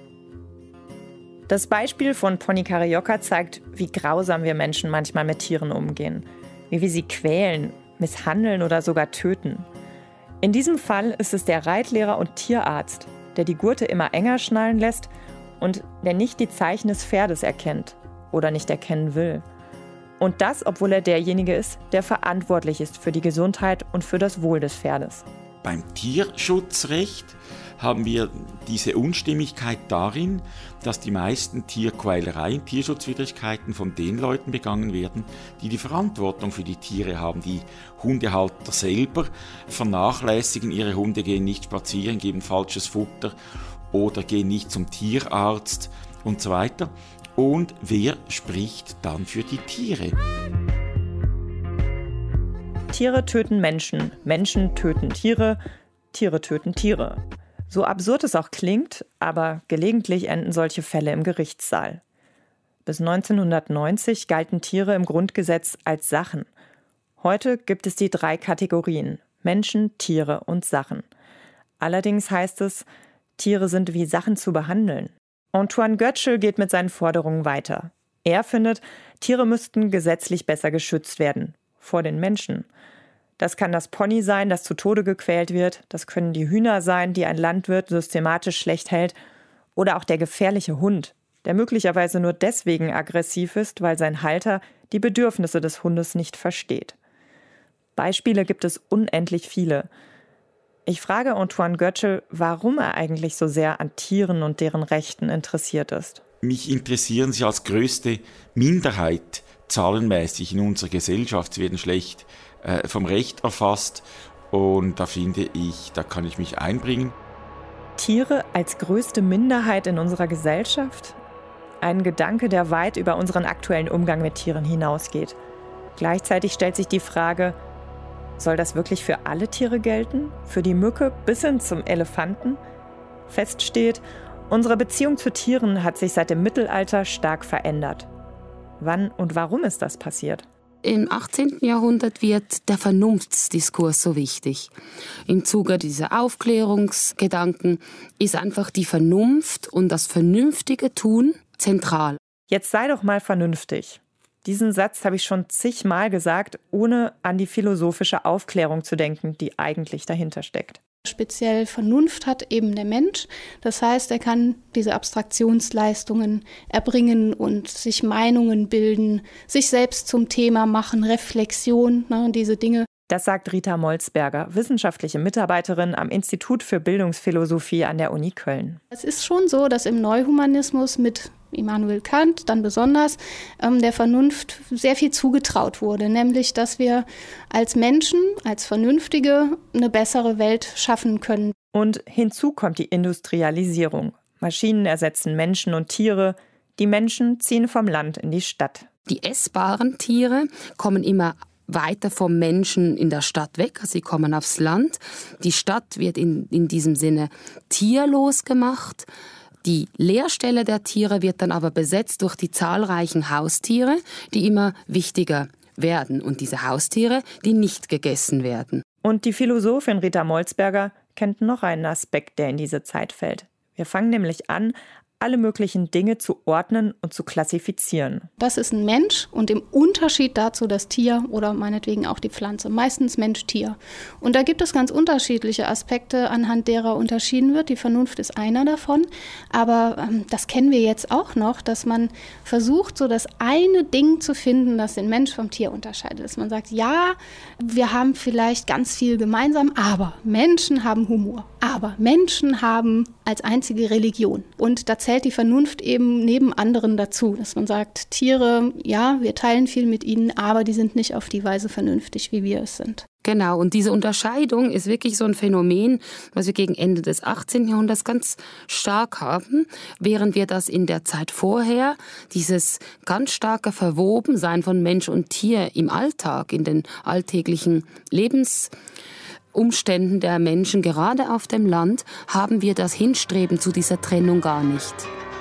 Das Beispiel von Pony Carioca zeigt, wie grausam wir Menschen manchmal mit Tieren umgehen. Wie wir sie quälen, misshandeln oder sogar töten. In diesem Fall ist es der Reitlehrer und Tierarzt, der die Gurte immer enger schnallen lässt und der nicht die Zeichen des Pferdes erkennt oder nicht erkennen will. Und das, obwohl er derjenige ist, der verantwortlich ist für die Gesundheit und für das Wohl des Pferdes. Beim Tierschutzrecht haben wir diese Unstimmigkeit darin, dass die meisten Tierquälereien, Tierschutzwidrigkeiten von den Leuten begangen werden, die die Verantwortung für die Tiere haben. Die Hundehalter selber vernachlässigen ihre Hunde, gehen nicht spazieren, geben falsches Futter oder gehen nicht zum Tierarzt und so weiter. Und wer spricht dann für die Tiere? Tiere töten Menschen, Menschen töten Tiere, Tiere töten Tiere. So absurd es auch klingt, aber gelegentlich enden solche Fälle im Gerichtssaal. Bis neunzehnhundertneunzig galten Tiere im Grundgesetz als Sachen. Heute gibt es die drei Kategorien: Menschen, Tiere und Sachen. Allerdings heißt es, Tiere sind wie Sachen zu behandeln. Antoine Goetschel geht mit seinen Forderungen weiter. Er findet, Tiere müssten gesetzlich besser geschützt werden, vor den Menschen. Das kann das Pony sein, das zu Tode gequält wird. Das können die Hühner sein, die ein Landwirt systematisch schlecht hält. Oder auch der gefährliche Hund, der möglicherweise nur deswegen aggressiv ist, weil sein Halter die Bedürfnisse des Hundes nicht versteht. Beispiele gibt es unendlich viele. Ich frage Antoine Goetschel, warum er eigentlich so sehr an Tieren und deren Rechten interessiert ist. Mich interessieren sie als größte Minderheit zahlenmäßig in unserer Gesellschaft. Sie werden schlecht äh, vom Recht erfasst und da finde ich, da kann ich mich einbringen. Tiere als größte Minderheit in unserer Gesellschaft? Ein Gedanke, der weit über unseren aktuellen Umgang mit Tieren hinausgeht. Gleichzeitig stellt sich die Frage, soll das wirklich für alle Tiere gelten? Für die Mücke bis hin zum Elefanten? Fest steht, unsere Beziehung zu Tieren hat sich seit dem Mittelalter stark verändert. Wann und warum ist das passiert? Im achtzehnten Jahrhundert wird der Vernunftsdiskurs so wichtig. Im Zuge dieser Aufklärungsgedanken ist einfach die Vernunft und das vernünftige Tun zentral. Jetzt sei doch mal vernünftig. Diesen Satz habe ich schon zigmal gesagt, ohne an die philosophische Aufklärung zu denken, die eigentlich dahinter steckt. Speziell Vernunft hat eben der Mensch. Das heißt, er kann diese Abstraktionsleistungen erbringen und sich Meinungen bilden, sich selbst zum Thema machen, Reflexion, ne, diese Dinge. Das sagt Rita Molzberger, wissenschaftliche Mitarbeiterin am Institut für Bildungsphilosophie an der Uni Köln. Es ist schon so, dass im Neuhumanismus mit Immanuel Kant dann besonders, ähm, der Vernunft sehr viel zugetraut wurde, nämlich, dass wir als Menschen, als Vernünftige eine bessere Welt schaffen können. Und hinzu kommt die Industrialisierung. Maschinen ersetzen Menschen und Tiere. Die Menschen ziehen vom Land in die Stadt. Die essbaren Tiere kommen immer weiter vom Menschen in der Stadt weg, also sie kommen aufs Land. Die Stadt wird in, in diesem Sinne tierlos gemacht. Die Leerstelle der Tiere wird dann aber besetzt durch die zahlreichen Haustiere, die immer wichtiger werden. Und diese Haustiere, die nicht gegessen werden. Und die Philosophin Rita Molzberger kennt noch einen Aspekt, der in diese Zeit fällt. Wir fangen nämlich an, alle möglichen Dinge zu ordnen und zu klassifizieren. Das ist ein Mensch und im Unterschied dazu das Tier oder meinetwegen auch die Pflanze. Meistens Mensch-Tier. Und da gibt es ganz unterschiedliche Aspekte, anhand derer unterschieden wird. Die Vernunft ist einer davon. Aber ähm, das kennen wir jetzt auch noch, dass man versucht, so das eine Ding zu finden, das den Mensch vom Tier unterscheidet. Dass man sagt, ja, wir haben vielleicht ganz viel gemeinsam, aber Menschen haben Humor. Aber Menschen haben als einzige Religion. Und da zählt die Vernunft eben neben anderen dazu, dass man sagt, Tiere, ja, wir teilen viel mit ihnen, aber die sind nicht auf die Weise vernünftig, wie wir es sind. Genau, und diese Unterscheidung ist wirklich so ein Phänomen, was wir gegen Ende des achtzehnten Jahrhunderts ganz stark haben, während wir das in der Zeit vorher, dieses ganz starke Verwobensein von Mensch und Tier im Alltag, in den alltäglichen Lebens Umständen der Menschen, gerade auf dem Land, haben wir das Hinstreben zu dieser Trennung gar nicht.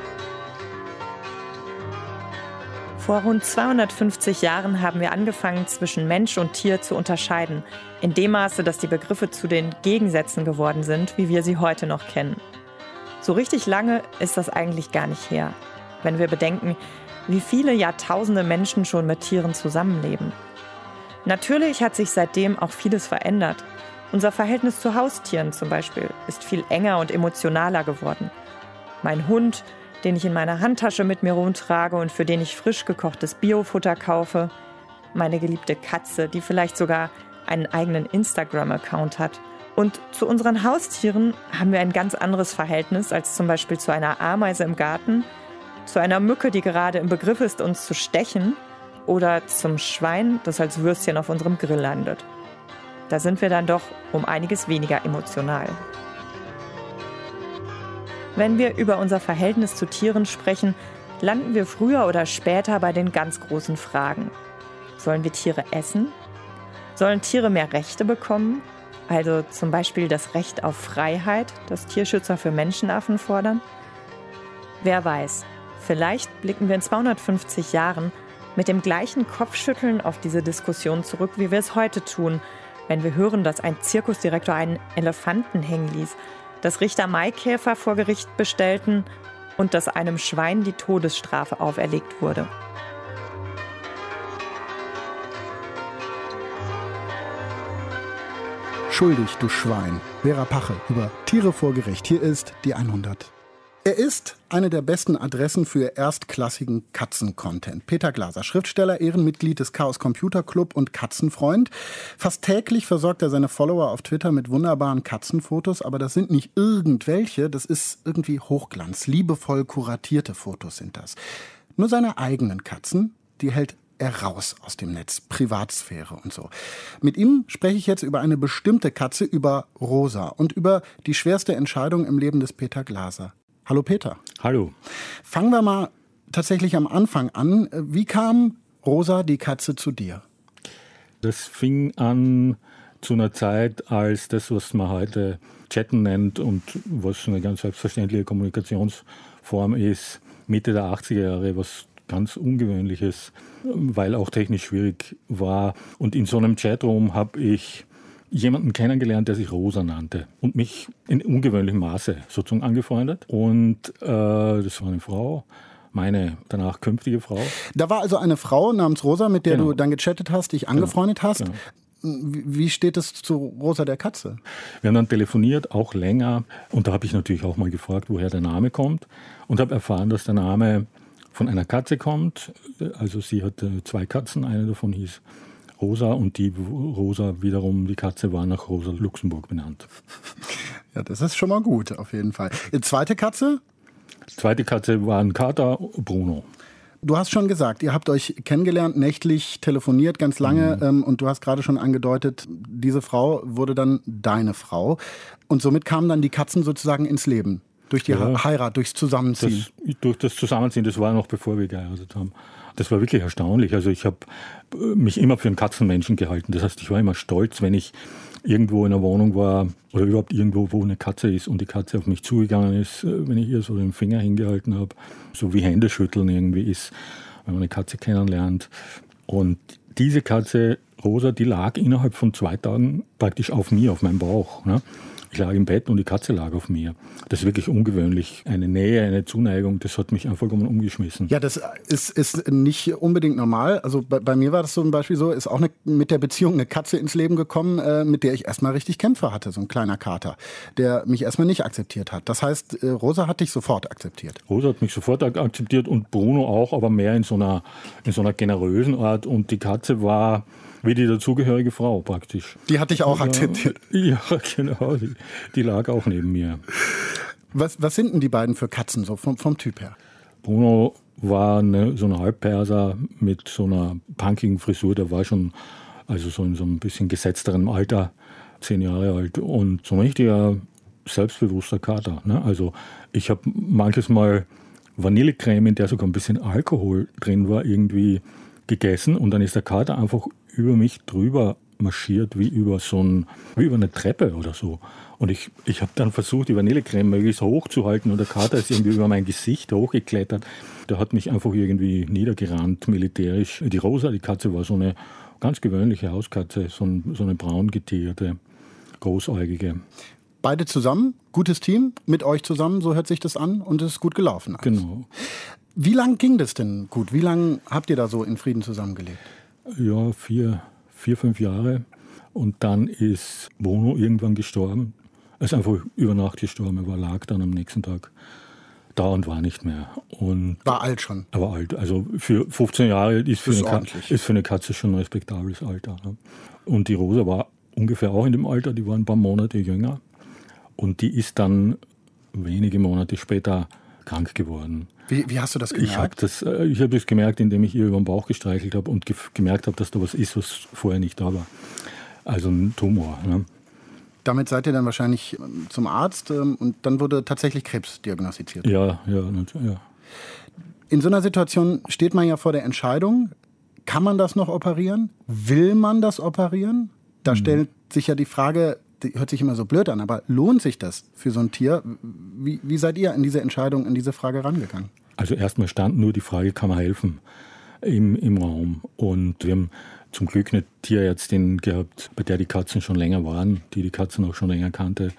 Vor rund zweihundertfünfzig Jahren haben wir angefangen, zwischen Mensch und Tier zu unterscheiden, in dem Maße, dass die Begriffe zu den Gegensätzen geworden sind, wie wir sie heute noch kennen. So richtig lange ist das eigentlich gar nicht her, wenn wir bedenken, wie viele Jahrtausende Menschen schon mit Tieren zusammenleben. Natürlich hat sich seitdem auch vieles verändert. Unser Verhältnis zu Haustieren zum Beispiel ist viel enger und emotionaler geworden. Mein Hund, den ich in meiner Handtasche mit mir rumtrage und für den ich frisch gekochtes Biofutter kaufe. Meine geliebte Katze, die vielleicht sogar einen eigenen Instagram-Account hat. Und zu unseren Haustieren haben wir ein ganz anderes Verhältnis als zum Beispiel zu einer Ameise im Garten, zu einer Mücke, die gerade im Begriff ist, uns zu stechen, oder zum Schwein, das als Würstchen auf unserem Grill landet. Da sind wir dann doch um einiges weniger emotional. Wenn wir über unser Verhältnis zu Tieren sprechen, landen wir früher oder später bei den ganz großen Fragen. Sollen wir Tiere essen? Sollen Tiere mehr Rechte bekommen? Also zum Beispiel das Recht auf Freiheit, das Tierschützer für Menschenaffen fordern? Wer weiß, vielleicht blicken wir in zweihundertfünfzig Jahren mit dem gleichen Kopfschütteln auf diese Diskussion zurück, wie wir es heute tun, wenn wir hören, dass ein Zirkusdirektor einen Elefanten hängen ließ, dass Richter Maikäfer vor Gericht bestellten und dass einem Schwein die Todesstrafe auferlegt wurde. Schuldig, du Schwein. Vera Pache über Tiere vor Gericht. Hier ist die hundert. Er ist eine der besten Adressen für erstklassigen Katzen-Content. Peter Glaser, Schriftsteller, Ehrenmitglied des Chaos Computer Club und Katzenfreund. Fast täglich versorgt er seine Follower auf Twitter mit wunderbaren Katzenfotos, aber das sind nicht irgendwelche, das ist irgendwie Hochglanz. Liebevoll kuratierte Fotos sind das. Nur seine eigenen Katzen, die hält er raus aus dem Netz, Privatsphäre und so. Mit ihm spreche ich jetzt über eine bestimmte Katze, über Rosa und über die schwerste Entscheidung im Leben des Peter Glaser. Hallo Peter. Hallo. Fangen wir mal tatsächlich am Anfang an. Wie kam Rosa, die Katze, zu dir? Das fing an zu einer Zeit, als das, was man heute Chatten nennt und was eine ganz selbstverständliche Kommunikationsform ist, Mitte der achtziger Jahre, was ganz Ungewöhnliches, weil auch technisch schwierig war. Und in so einem Chatroom habe ich jemanden kennengelernt, der sich Rosa nannte und mich in ungewöhnlichem Maße sozusagen angefreundet. Und äh, das war eine Frau, meine danach künftige Frau. Da war also eine Frau namens Rosa, mit der genau. du dann gechattet hast, dich angefreundet genau. hast. Genau. Wie steht es zu Rosa der Katze? Wir haben dann telefoniert, auch länger. Und da habe ich natürlich auch mal gefragt, woher der Name kommt. Und habe erfahren, dass der Name von einer Katze kommt. Also sie hatte zwei Katzen, eine davon hieß Rosa und die Rosa wiederum, die Katze, war nach Rosa Luxemburg benannt. Ja, das ist schon mal gut, auf jeden Fall. Die zweite Katze? Zweite Katze war ein Kater, Bruno. Du hast schon gesagt, ihr habt euch kennengelernt, nächtlich telefoniert, ganz lange. Mhm. Ähm, und du hast gerade schon angedeutet, diese Frau wurde dann deine Frau. Und somit kamen dann die Katzen sozusagen ins Leben. Durch die ja, Heirat, durchs Zusammenziehen. Das, durch das Zusammenziehen, das war noch bevor wir geheiratet haben. Das war wirklich erstaunlich. Also ich habe mich immer für einen Katzenmenschen gehalten. Das heißt, ich war immer stolz, wenn ich irgendwo in einer Wohnung war oder überhaupt irgendwo, wo eine Katze ist und die Katze auf mich zugegangen ist, wenn ich ihr so den Finger hingehalten habe, so wie Händeschütteln irgendwie ist, wenn man eine Katze kennenlernt. Und diese Katze, Rosa, die lag innerhalb von zwei Tagen praktisch auf mir, auf meinem Bauch. Ne? Ich lag im Bett und die Katze lag auf mir. Das ist wirklich ungewöhnlich. Eine Nähe, eine Zuneigung, das hat mich einfach vollkommen umgeschmissen. Ja, das ist, ist nicht unbedingt normal. Also bei, bei mir war das zum Beispiel so, ist auch eine, mit der Beziehung eine Katze ins Leben gekommen, äh, mit der ich erstmal richtig Kämpfe hatte, so ein kleiner Kater, der mich erstmal nicht akzeptiert hat. Das heißt, äh, Rosa hat dich sofort akzeptiert. Rosa hat mich sofort akzeptiert und Bruno auch, aber mehr in so einer, in so einer generösen Art. Und die Katze war wie die dazugehörige Frau praktisch. Die hat dich auch akzeptiert? Ja, genau. Die, die lag auch neben mir. Was, was sind denn die beiden für Katzen, so vom, vom Typ her? Bruno war eine, so ein Halbperser mit so einer punkigen Frisur. Der war schon also so in so ein bisschen gesetzterem Alter, zehn Jahre alt. Und so ein richtiger selbstbewusster Kater. Ne? Also ich habe manches Mal Vanillecreme, in der sogar ein bisschen Alkohol drin war, irgendwie gegessen. Und dann ist der Kater einfach über mich drüber marschiert, wie über so ein, wie über eine Treppe oder so. Und ich, ich habe dann versucht, die Vanillecreme möglichst hoch zu halten und der Kater ist irgendwie über mein Gesicht hochgeklettert. Der hat mich einfach irgendwie niedergerannt, militärisch. Die Rosa, die Katze, war so eine ganz gewöhnliche Hauskatze, so, ein, so eine braun getierte, großäugige. Beide zusammen, gutes Team, mit euch zusammen, so hört sich das an und es ist gut gelaufen. Alles. Genau. Wie lange ging das denn gut? Wie lange habt ihr da so in Frieden zusammengelebt? Ja, vier, vier, fünf Jahre. Und dann ist Bruno irgendwann gestorben. Er ist einfach über Nacht gestorben. Er war, lag dann am nächsten Tag da und war nicht mehr. Und war alt schon? Er war alt. Also für fünfzehn Jahre ist für, ist eine, Katze, ist für eine Katze schon ein respektables Alter. Und die Rosa war ungefähr auch in dem Alter. Die war ein paar Monate jünger. Und die ist dann wenige Monate später krank geworden. Wie, wie hast du das gemerkt? Ich habe das, ich hab das gemerkt, indem ich ihr über den Bauch gestreichelt habe und ge- gemerkt habe, dass da was ist, was vorher nicht da war. Also ein Tumor. Ne? Damit seid ihr dann wahrscheinlich zum Arzt und dann wurde tatsächlich Krebs diagnostiziert. Ja, ja, ja. In so einer Situation steht man ja vor der Entscheidung, kann man das noch operieren? Will man das operieren? Da mhm. stellt sich ja die Frage, die hört sich immer so blöd an, aber lohnt sich das für so ein Tier? Wie, wie seid ihr in diese Entscheidung, in diese Frage rangegangen? Also erstmal stand nur die Frage, kann man helfen im, im Raum. Und wir haben zum Glück eine Tierärztin gehabt, bei der die Katzen schon länger waren, die die Katzen auch schon länger kannte.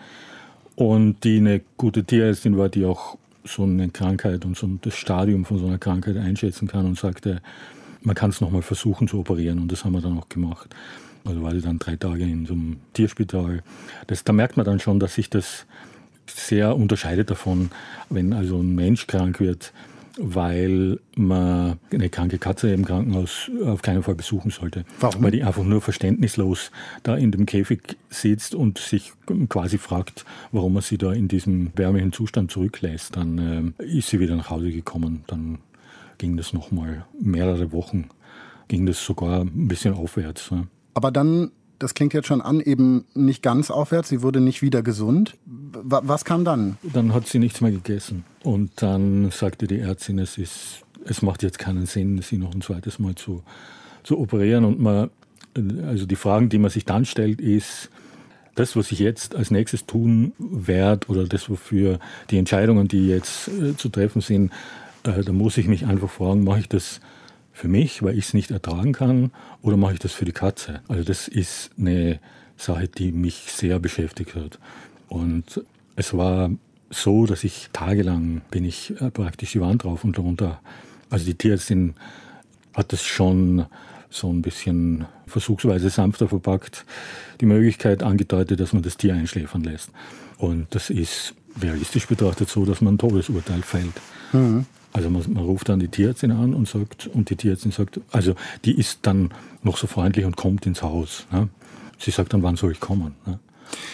Und die eine gute Tierärztin war, die auch so eine Krankheit und so das Stadium von so einer Krankheit einschätzen kann und sagte, man kann es nochmal versuchen zu operieren. Und das haben wir dann auch gemacht. Also war sie dann drei Tage in so einem Tierspital. Das, da merkt man dann schon, dass sich das sehr unterscheidet davon, wenn also ein Mensch krank wird, weil man eine kranke Katze im Krankenhaus auf keinen Fall besuchen sollte. Warum? Weil die einfach nur verständnislos da in dem Käfig sitzt und sich quasi fragt, warum man sie da in diesem wärmlichen Zustand zurücklässt. Dann äh, ist sie wieder nach Hause gekommen. Dann ging das nochmal mehrere Wochen, ging das sogar ein bisschen aufwärts. Ne? Aber dann, das klingt jetzt schon an, eben nicht ganz aufwärts, sie wurde nicht wieder gesund. Was kam dann? Dann hat sie nichts mehr gegessen. Und dann sagte die Ärztin, es, ist, es macht jetzt keinen Sinn, sie noch ein zweites Mal zu, zu operieren. Und man, also die Fragen, die man sich dann stellt, ist, das, was ich jetzt als nächstes tun werde oder das, wofür die Entscheidungen, die jetzt äh, zu treffen sind, äh, da muss ich mich einfach fragen, mache ich das für mich, weil ich es nicht ertragen kann, oder mache ich das für die Katze? Also das ist eine Sache, die mich sehr beschäftigt hat. Und es war so, dass ich tagelang bin ich praktisch die Wand rauf und runter. Also die Tierärztin hat das schon so ein bisschen versuchsweise sanfter verpackt, die Möglichkeit angedeutet, dass man das Tier einschläfern lässt. Und das ist realistisch betrachtet so, dass man ein Todesurteil fällt. Mhm. Also man, man ruft dann die Tierärztin an und sagt, und die Tierärztin sagt, also die ist dann noch so freundlich und kommt ins Haus. Ne? Sie sagt dann, wann soll ich kommen? Ne?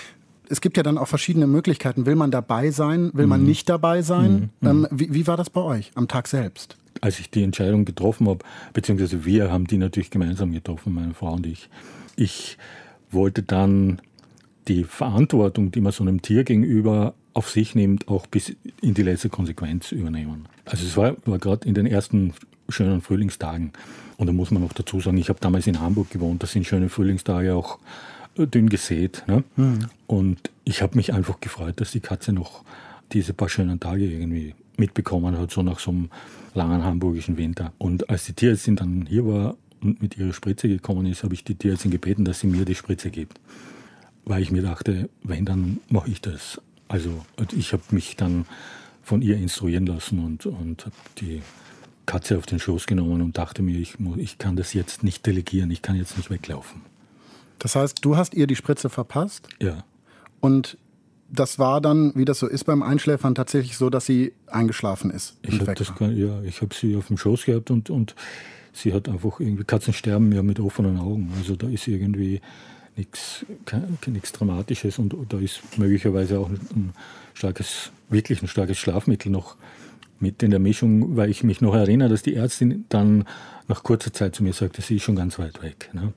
Es gibt ja dann auch verschiedene Möglichkeiten. Will man dabei sein? Will man nicht dabei sein? Mhm. Ähm, wie, wie war das bei euch am Tag selbst? Als ich die Entscheidung getroffen habe, beziehungsweise wir haben die natürlich gemeinsam getroffen, meine Frau und ich. Ich wollte dann die Verantwortung, die man so einem Tier gegenüber auf sich nimmt, auch bis in die letzte Konsequenz übernehmen. Also es war, war gerade in den ersten schönen Frühlingstagen. Und da muss man noch dazu sagen, ich habe damals in Hamburg gewohnt, da sind schöne Frühlingstage auch dünn gesät. Ne? Mhm. Und ich habe mich einfach gefreut, dass die Katze noch diese paar schönen Tage irgendwie mitbekommen hat, so nach so einem langen hamburgischen Winter. Und als die Tierärztin dann hier war und mit ihrer Spritze gekommen ist, habe ich die Tierärztin gebeten, dass sie mir die Spritze gibt. Weil ich mir dachte, wenn, dann mache ich das. Also ich habe mich dann von ihr instruieren lassen und, und habe die Katze auf den Schoß genommen und dachte mir, ich, muss, ich kann das jetzt nicht delegieren, ich kann jetzt nicht weglaufen. Das heißt, du hast ihr die Spritze verpasst? Ja. Und das war dann, wie das so ist beim Einschläfern, tatsächlich so, dass sie eingeschlafen ist? Ich habe ja, ich hab sie auf dem Schoß gehabt und, und sie hat einfach irgendwie, Katzen sterben ja mit offenen Augen. Also da ist irgendwie nichts nichts Dramatisches und da ist möglicherweise auch ein starkes, wirklich ein starkes Schlafmittel noch mit in der Mischung, weil ich mich noch erinnere, dass die Ärztin dann nach kurzer Zeit zu mir sagte, sie ist schon ganz weit weg. Ne?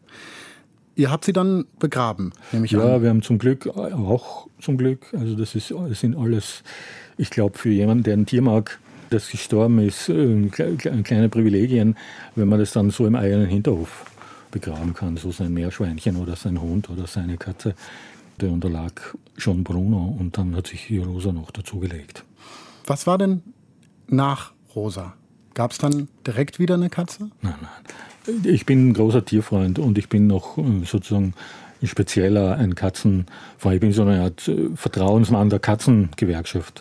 Ihr habt sie dann begraben, nehme ich ja, an. Ja, wir haben zum Glück, auch zum Glück, also das, ist, das sind alles, ich glaube, für jemanden, der ein Tier mag, das gestorben ist, kleine Privilegien, wenn man das dann so im eigenen Hinterhof begraben kann, so sein Meerschweinchen oder sein Hund oder seine Katze. Der unterlag schon Bruno und dann hat sich hier Rosa noch dazugelegt. Was war denn nach Rosa? Gab es dann direkt wieder eine Katze? Nein, nein. Ich bin ein großer Tierfreund und ich bin noch sozusagen ein spezieller ein Katzenfreund. Ich bin so eine Art Vertrauensmann der Katzengewerkschaft.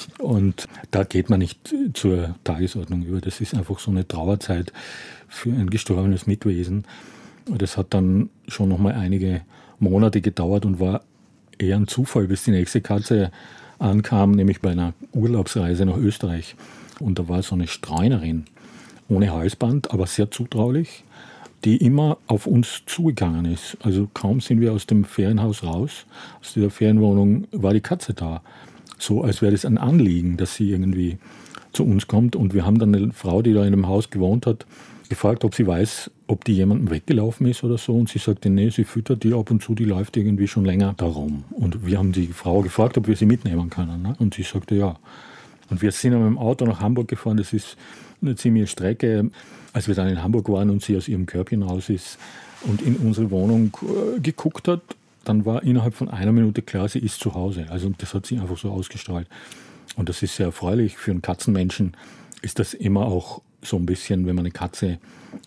Und da geht man nicht zur Tagesordnung über. Das ist einfach so eine Trauerzeit für ein gestorbenes Mitwesen. Das hat dann schon noch mal einige Monate gedauert und war eher ein Zufall, bis die nächste Katze ankam, nämlich bei einer Urlaubsreise nach Österreich. Und da war so eine Streunerin ohne Halsband, aber sehr zutraulich, die immer auf uns zugegangen ist. Also kaum sind wir aus dem Ferienhaus raus, aus dieser Ferienwohnung, war die Katze da. So als wäre das ein Anliegen, dass sie irgendwie zu uns kommt. Und wir haben dann eine Frau, die da in dem Haus gewohnt hat, gefragt, ob sie weiß, ob die jemandem weggelaufen ist oder so. Und sie sagte, nee, sie füttert die ab und zu, die läuft irgendwie schon länger da rum. Und wir haben die Frau gefragt, ob wir sie mitnehmen können. Ne? Und sie sagte, ja. Und wir sind mit dem Auto nach Hamburg gefahren. Das ist eine ziemliche Strecke. Als wir dann in Hamburg waren und sie aus ihrem Körbchen raus ist und in unsere Wohnung äh, geguckt hat, dann war innerhalb von einer Minute klar, sie ist zu Hause. Also das hat sie einfach so ausgestrahlt. Und das ist sehr erfreulich. Für einen Katzenmenschen ist das immer auch so ein bisschen, wenn man eine Katze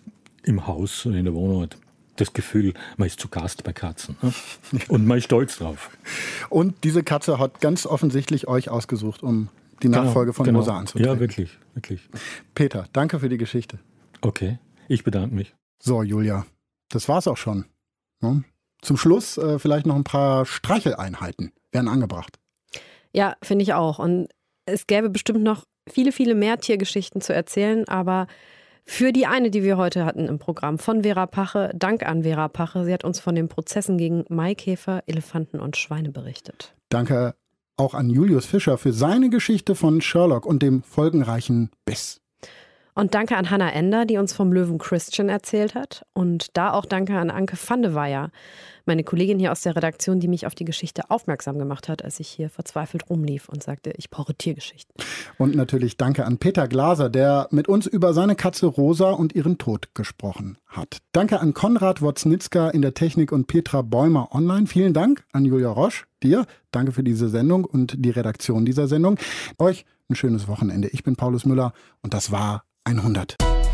im Haus oder in der Wohnung hat, das Gefühl, man ist zu Gast bei Katzen. Ne? Und man ist stolz drauf. Und diese Katze hat ganz offensichtlich euch ausgesucht, um die Nachfolge genau, von genau. Rosa anzutreten. Ja, wirklich, wirklich. Peter, danke für die Geschichte. Okay, ich bedanke mich. So, Julia, das war's auch schon. Ne? Zum Schluss äh, vielleicht noch ein paar Streicheleinheiten werden angebracht. Ja, finde ich auch. Und es gäbe bestimmt noch viele, viele mehr Tiergeschichten zu erzählen, aber für die eine, die wir heute hatten im Programm von Vera Pache, Dank an Vera Pache. Sie hat uns von den Prozessen gegen Maikäfer, Elefanten und Schweine berichtet. Danke auch an Julius Fischer für seine Geschichte von Sherlock und dem folgenreichen Biss. Und danke an Hannah Ender, die uns vom Löwen Christian erzählt hat. Und da auch danke an Anke van de Weyer, meine Kollegin hier aus der Redaktion, die mich auf die Geschichte aufmerksam gemacht hat, als ich hier verzweifelt rumlief und sagte, ich brauche Tiergeschichten. Und natürlich danke an Peter Glaser, der mit uns über seine Katze Rosa und ihren Tod gesprochen hat. Danke an Konrad Woznitzka in der Technik und Petra Bäumer online. Vielen Dank an Julia Roche, dir. Danke für diese Sendung und die Redaktion dieser Sendung. Euch ein schönes Wochenende. Ich bin Paulus Müller und das war hundert.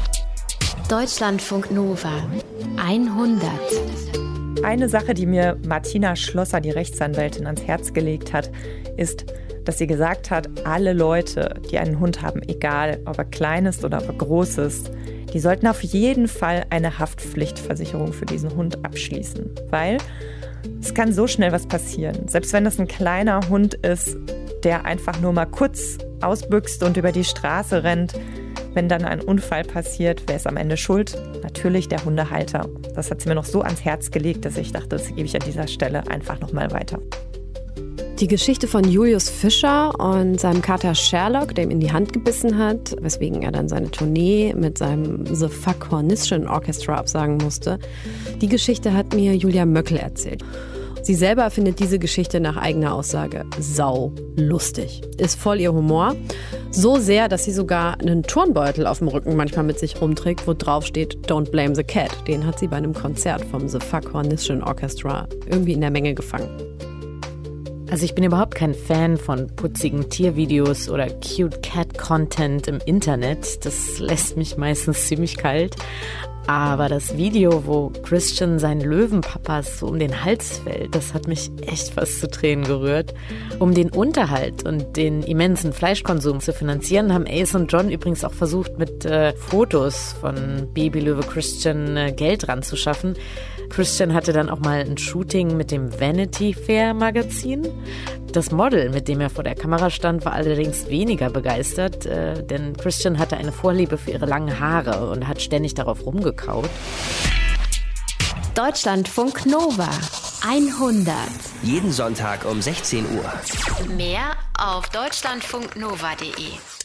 Deutschlandfunk Nova hundert. Eine Sache, die mir Martina Schlosser, die Rechtsanwältin, ans Herz gelegt hat, ist, dass sie gesagt hat, alle Leute, die einen Hund haben, egal ob er klein ist oder ob er groß ist, die sollten auf jeden Fall eine Haftpflichtversicherung für diesen Hund abschließen. Weil es kann so schnell was passieren. Selbst wenn das ein kleiner Hund ist, der einfach nur mal kurz ausbüchst und über die Straße rennt, wenn dann ein Unfall passiert, wer ist am Ende schuld? Natürlich der Hundehalter. Das hat sie mir noch so ans Herz gelegt, dass ich dachte, das gebe ich an dieser Stelle einfach nochmal weiter. Die Geschichte von Julius Fischer und seinem Kater Sherlock, der ihm in die Hand gebissen hat, weswegen er dann seine Tournee mit seinem The Fuck Hornition Orchestra absagen musste, die Geschichte hat mir Julia Möckel erzählt. Sie selber findet diese Geschichte nach eigener Aussage sau lustig. Ist voll ihr Humor. So sehr, dass sie sogar einen Turnbeutel auf dem Rücken manchmal mit sich rumträgt, wo drauf steht Don't blame the cat. Den hat sie bei einem Konzert vom The Fuck Hornition Orchestra irgendwie in der Menge gefangen. Also ich bin überhaupt kein Fan von putzigen Tiervideos oder cute cat Content im Internet. Das lässt mich meistens ziemlich kalt. Aber das Video, wo Christian seinen Löwenpapas so um den Hals fällt, das hat mich echt fast zu Tränen gerührt. Um den Unterhalt und den immensen Fleischkonsum zu finanzieren, haben Ace und John übrigens auch versucht, mit äh, Fotos von Babylöwe Christian äh, Geld ranzuschaffen. Christian hatte dann auch mal ein Shooting mit dem Vanity Fair Magazin. Das Model, mit dem er vor der Kamera stand, war allerdings weniger begeistert, äh, denn Christian hatte eine Vorliebe für ihre langen Haare und hat ständig darauf rumgekaut. Deutschlandfunk Nova hundert. Jeden Sonntag um sechzehn Uhr. Mehr auf deutschlandfunknova punkt de.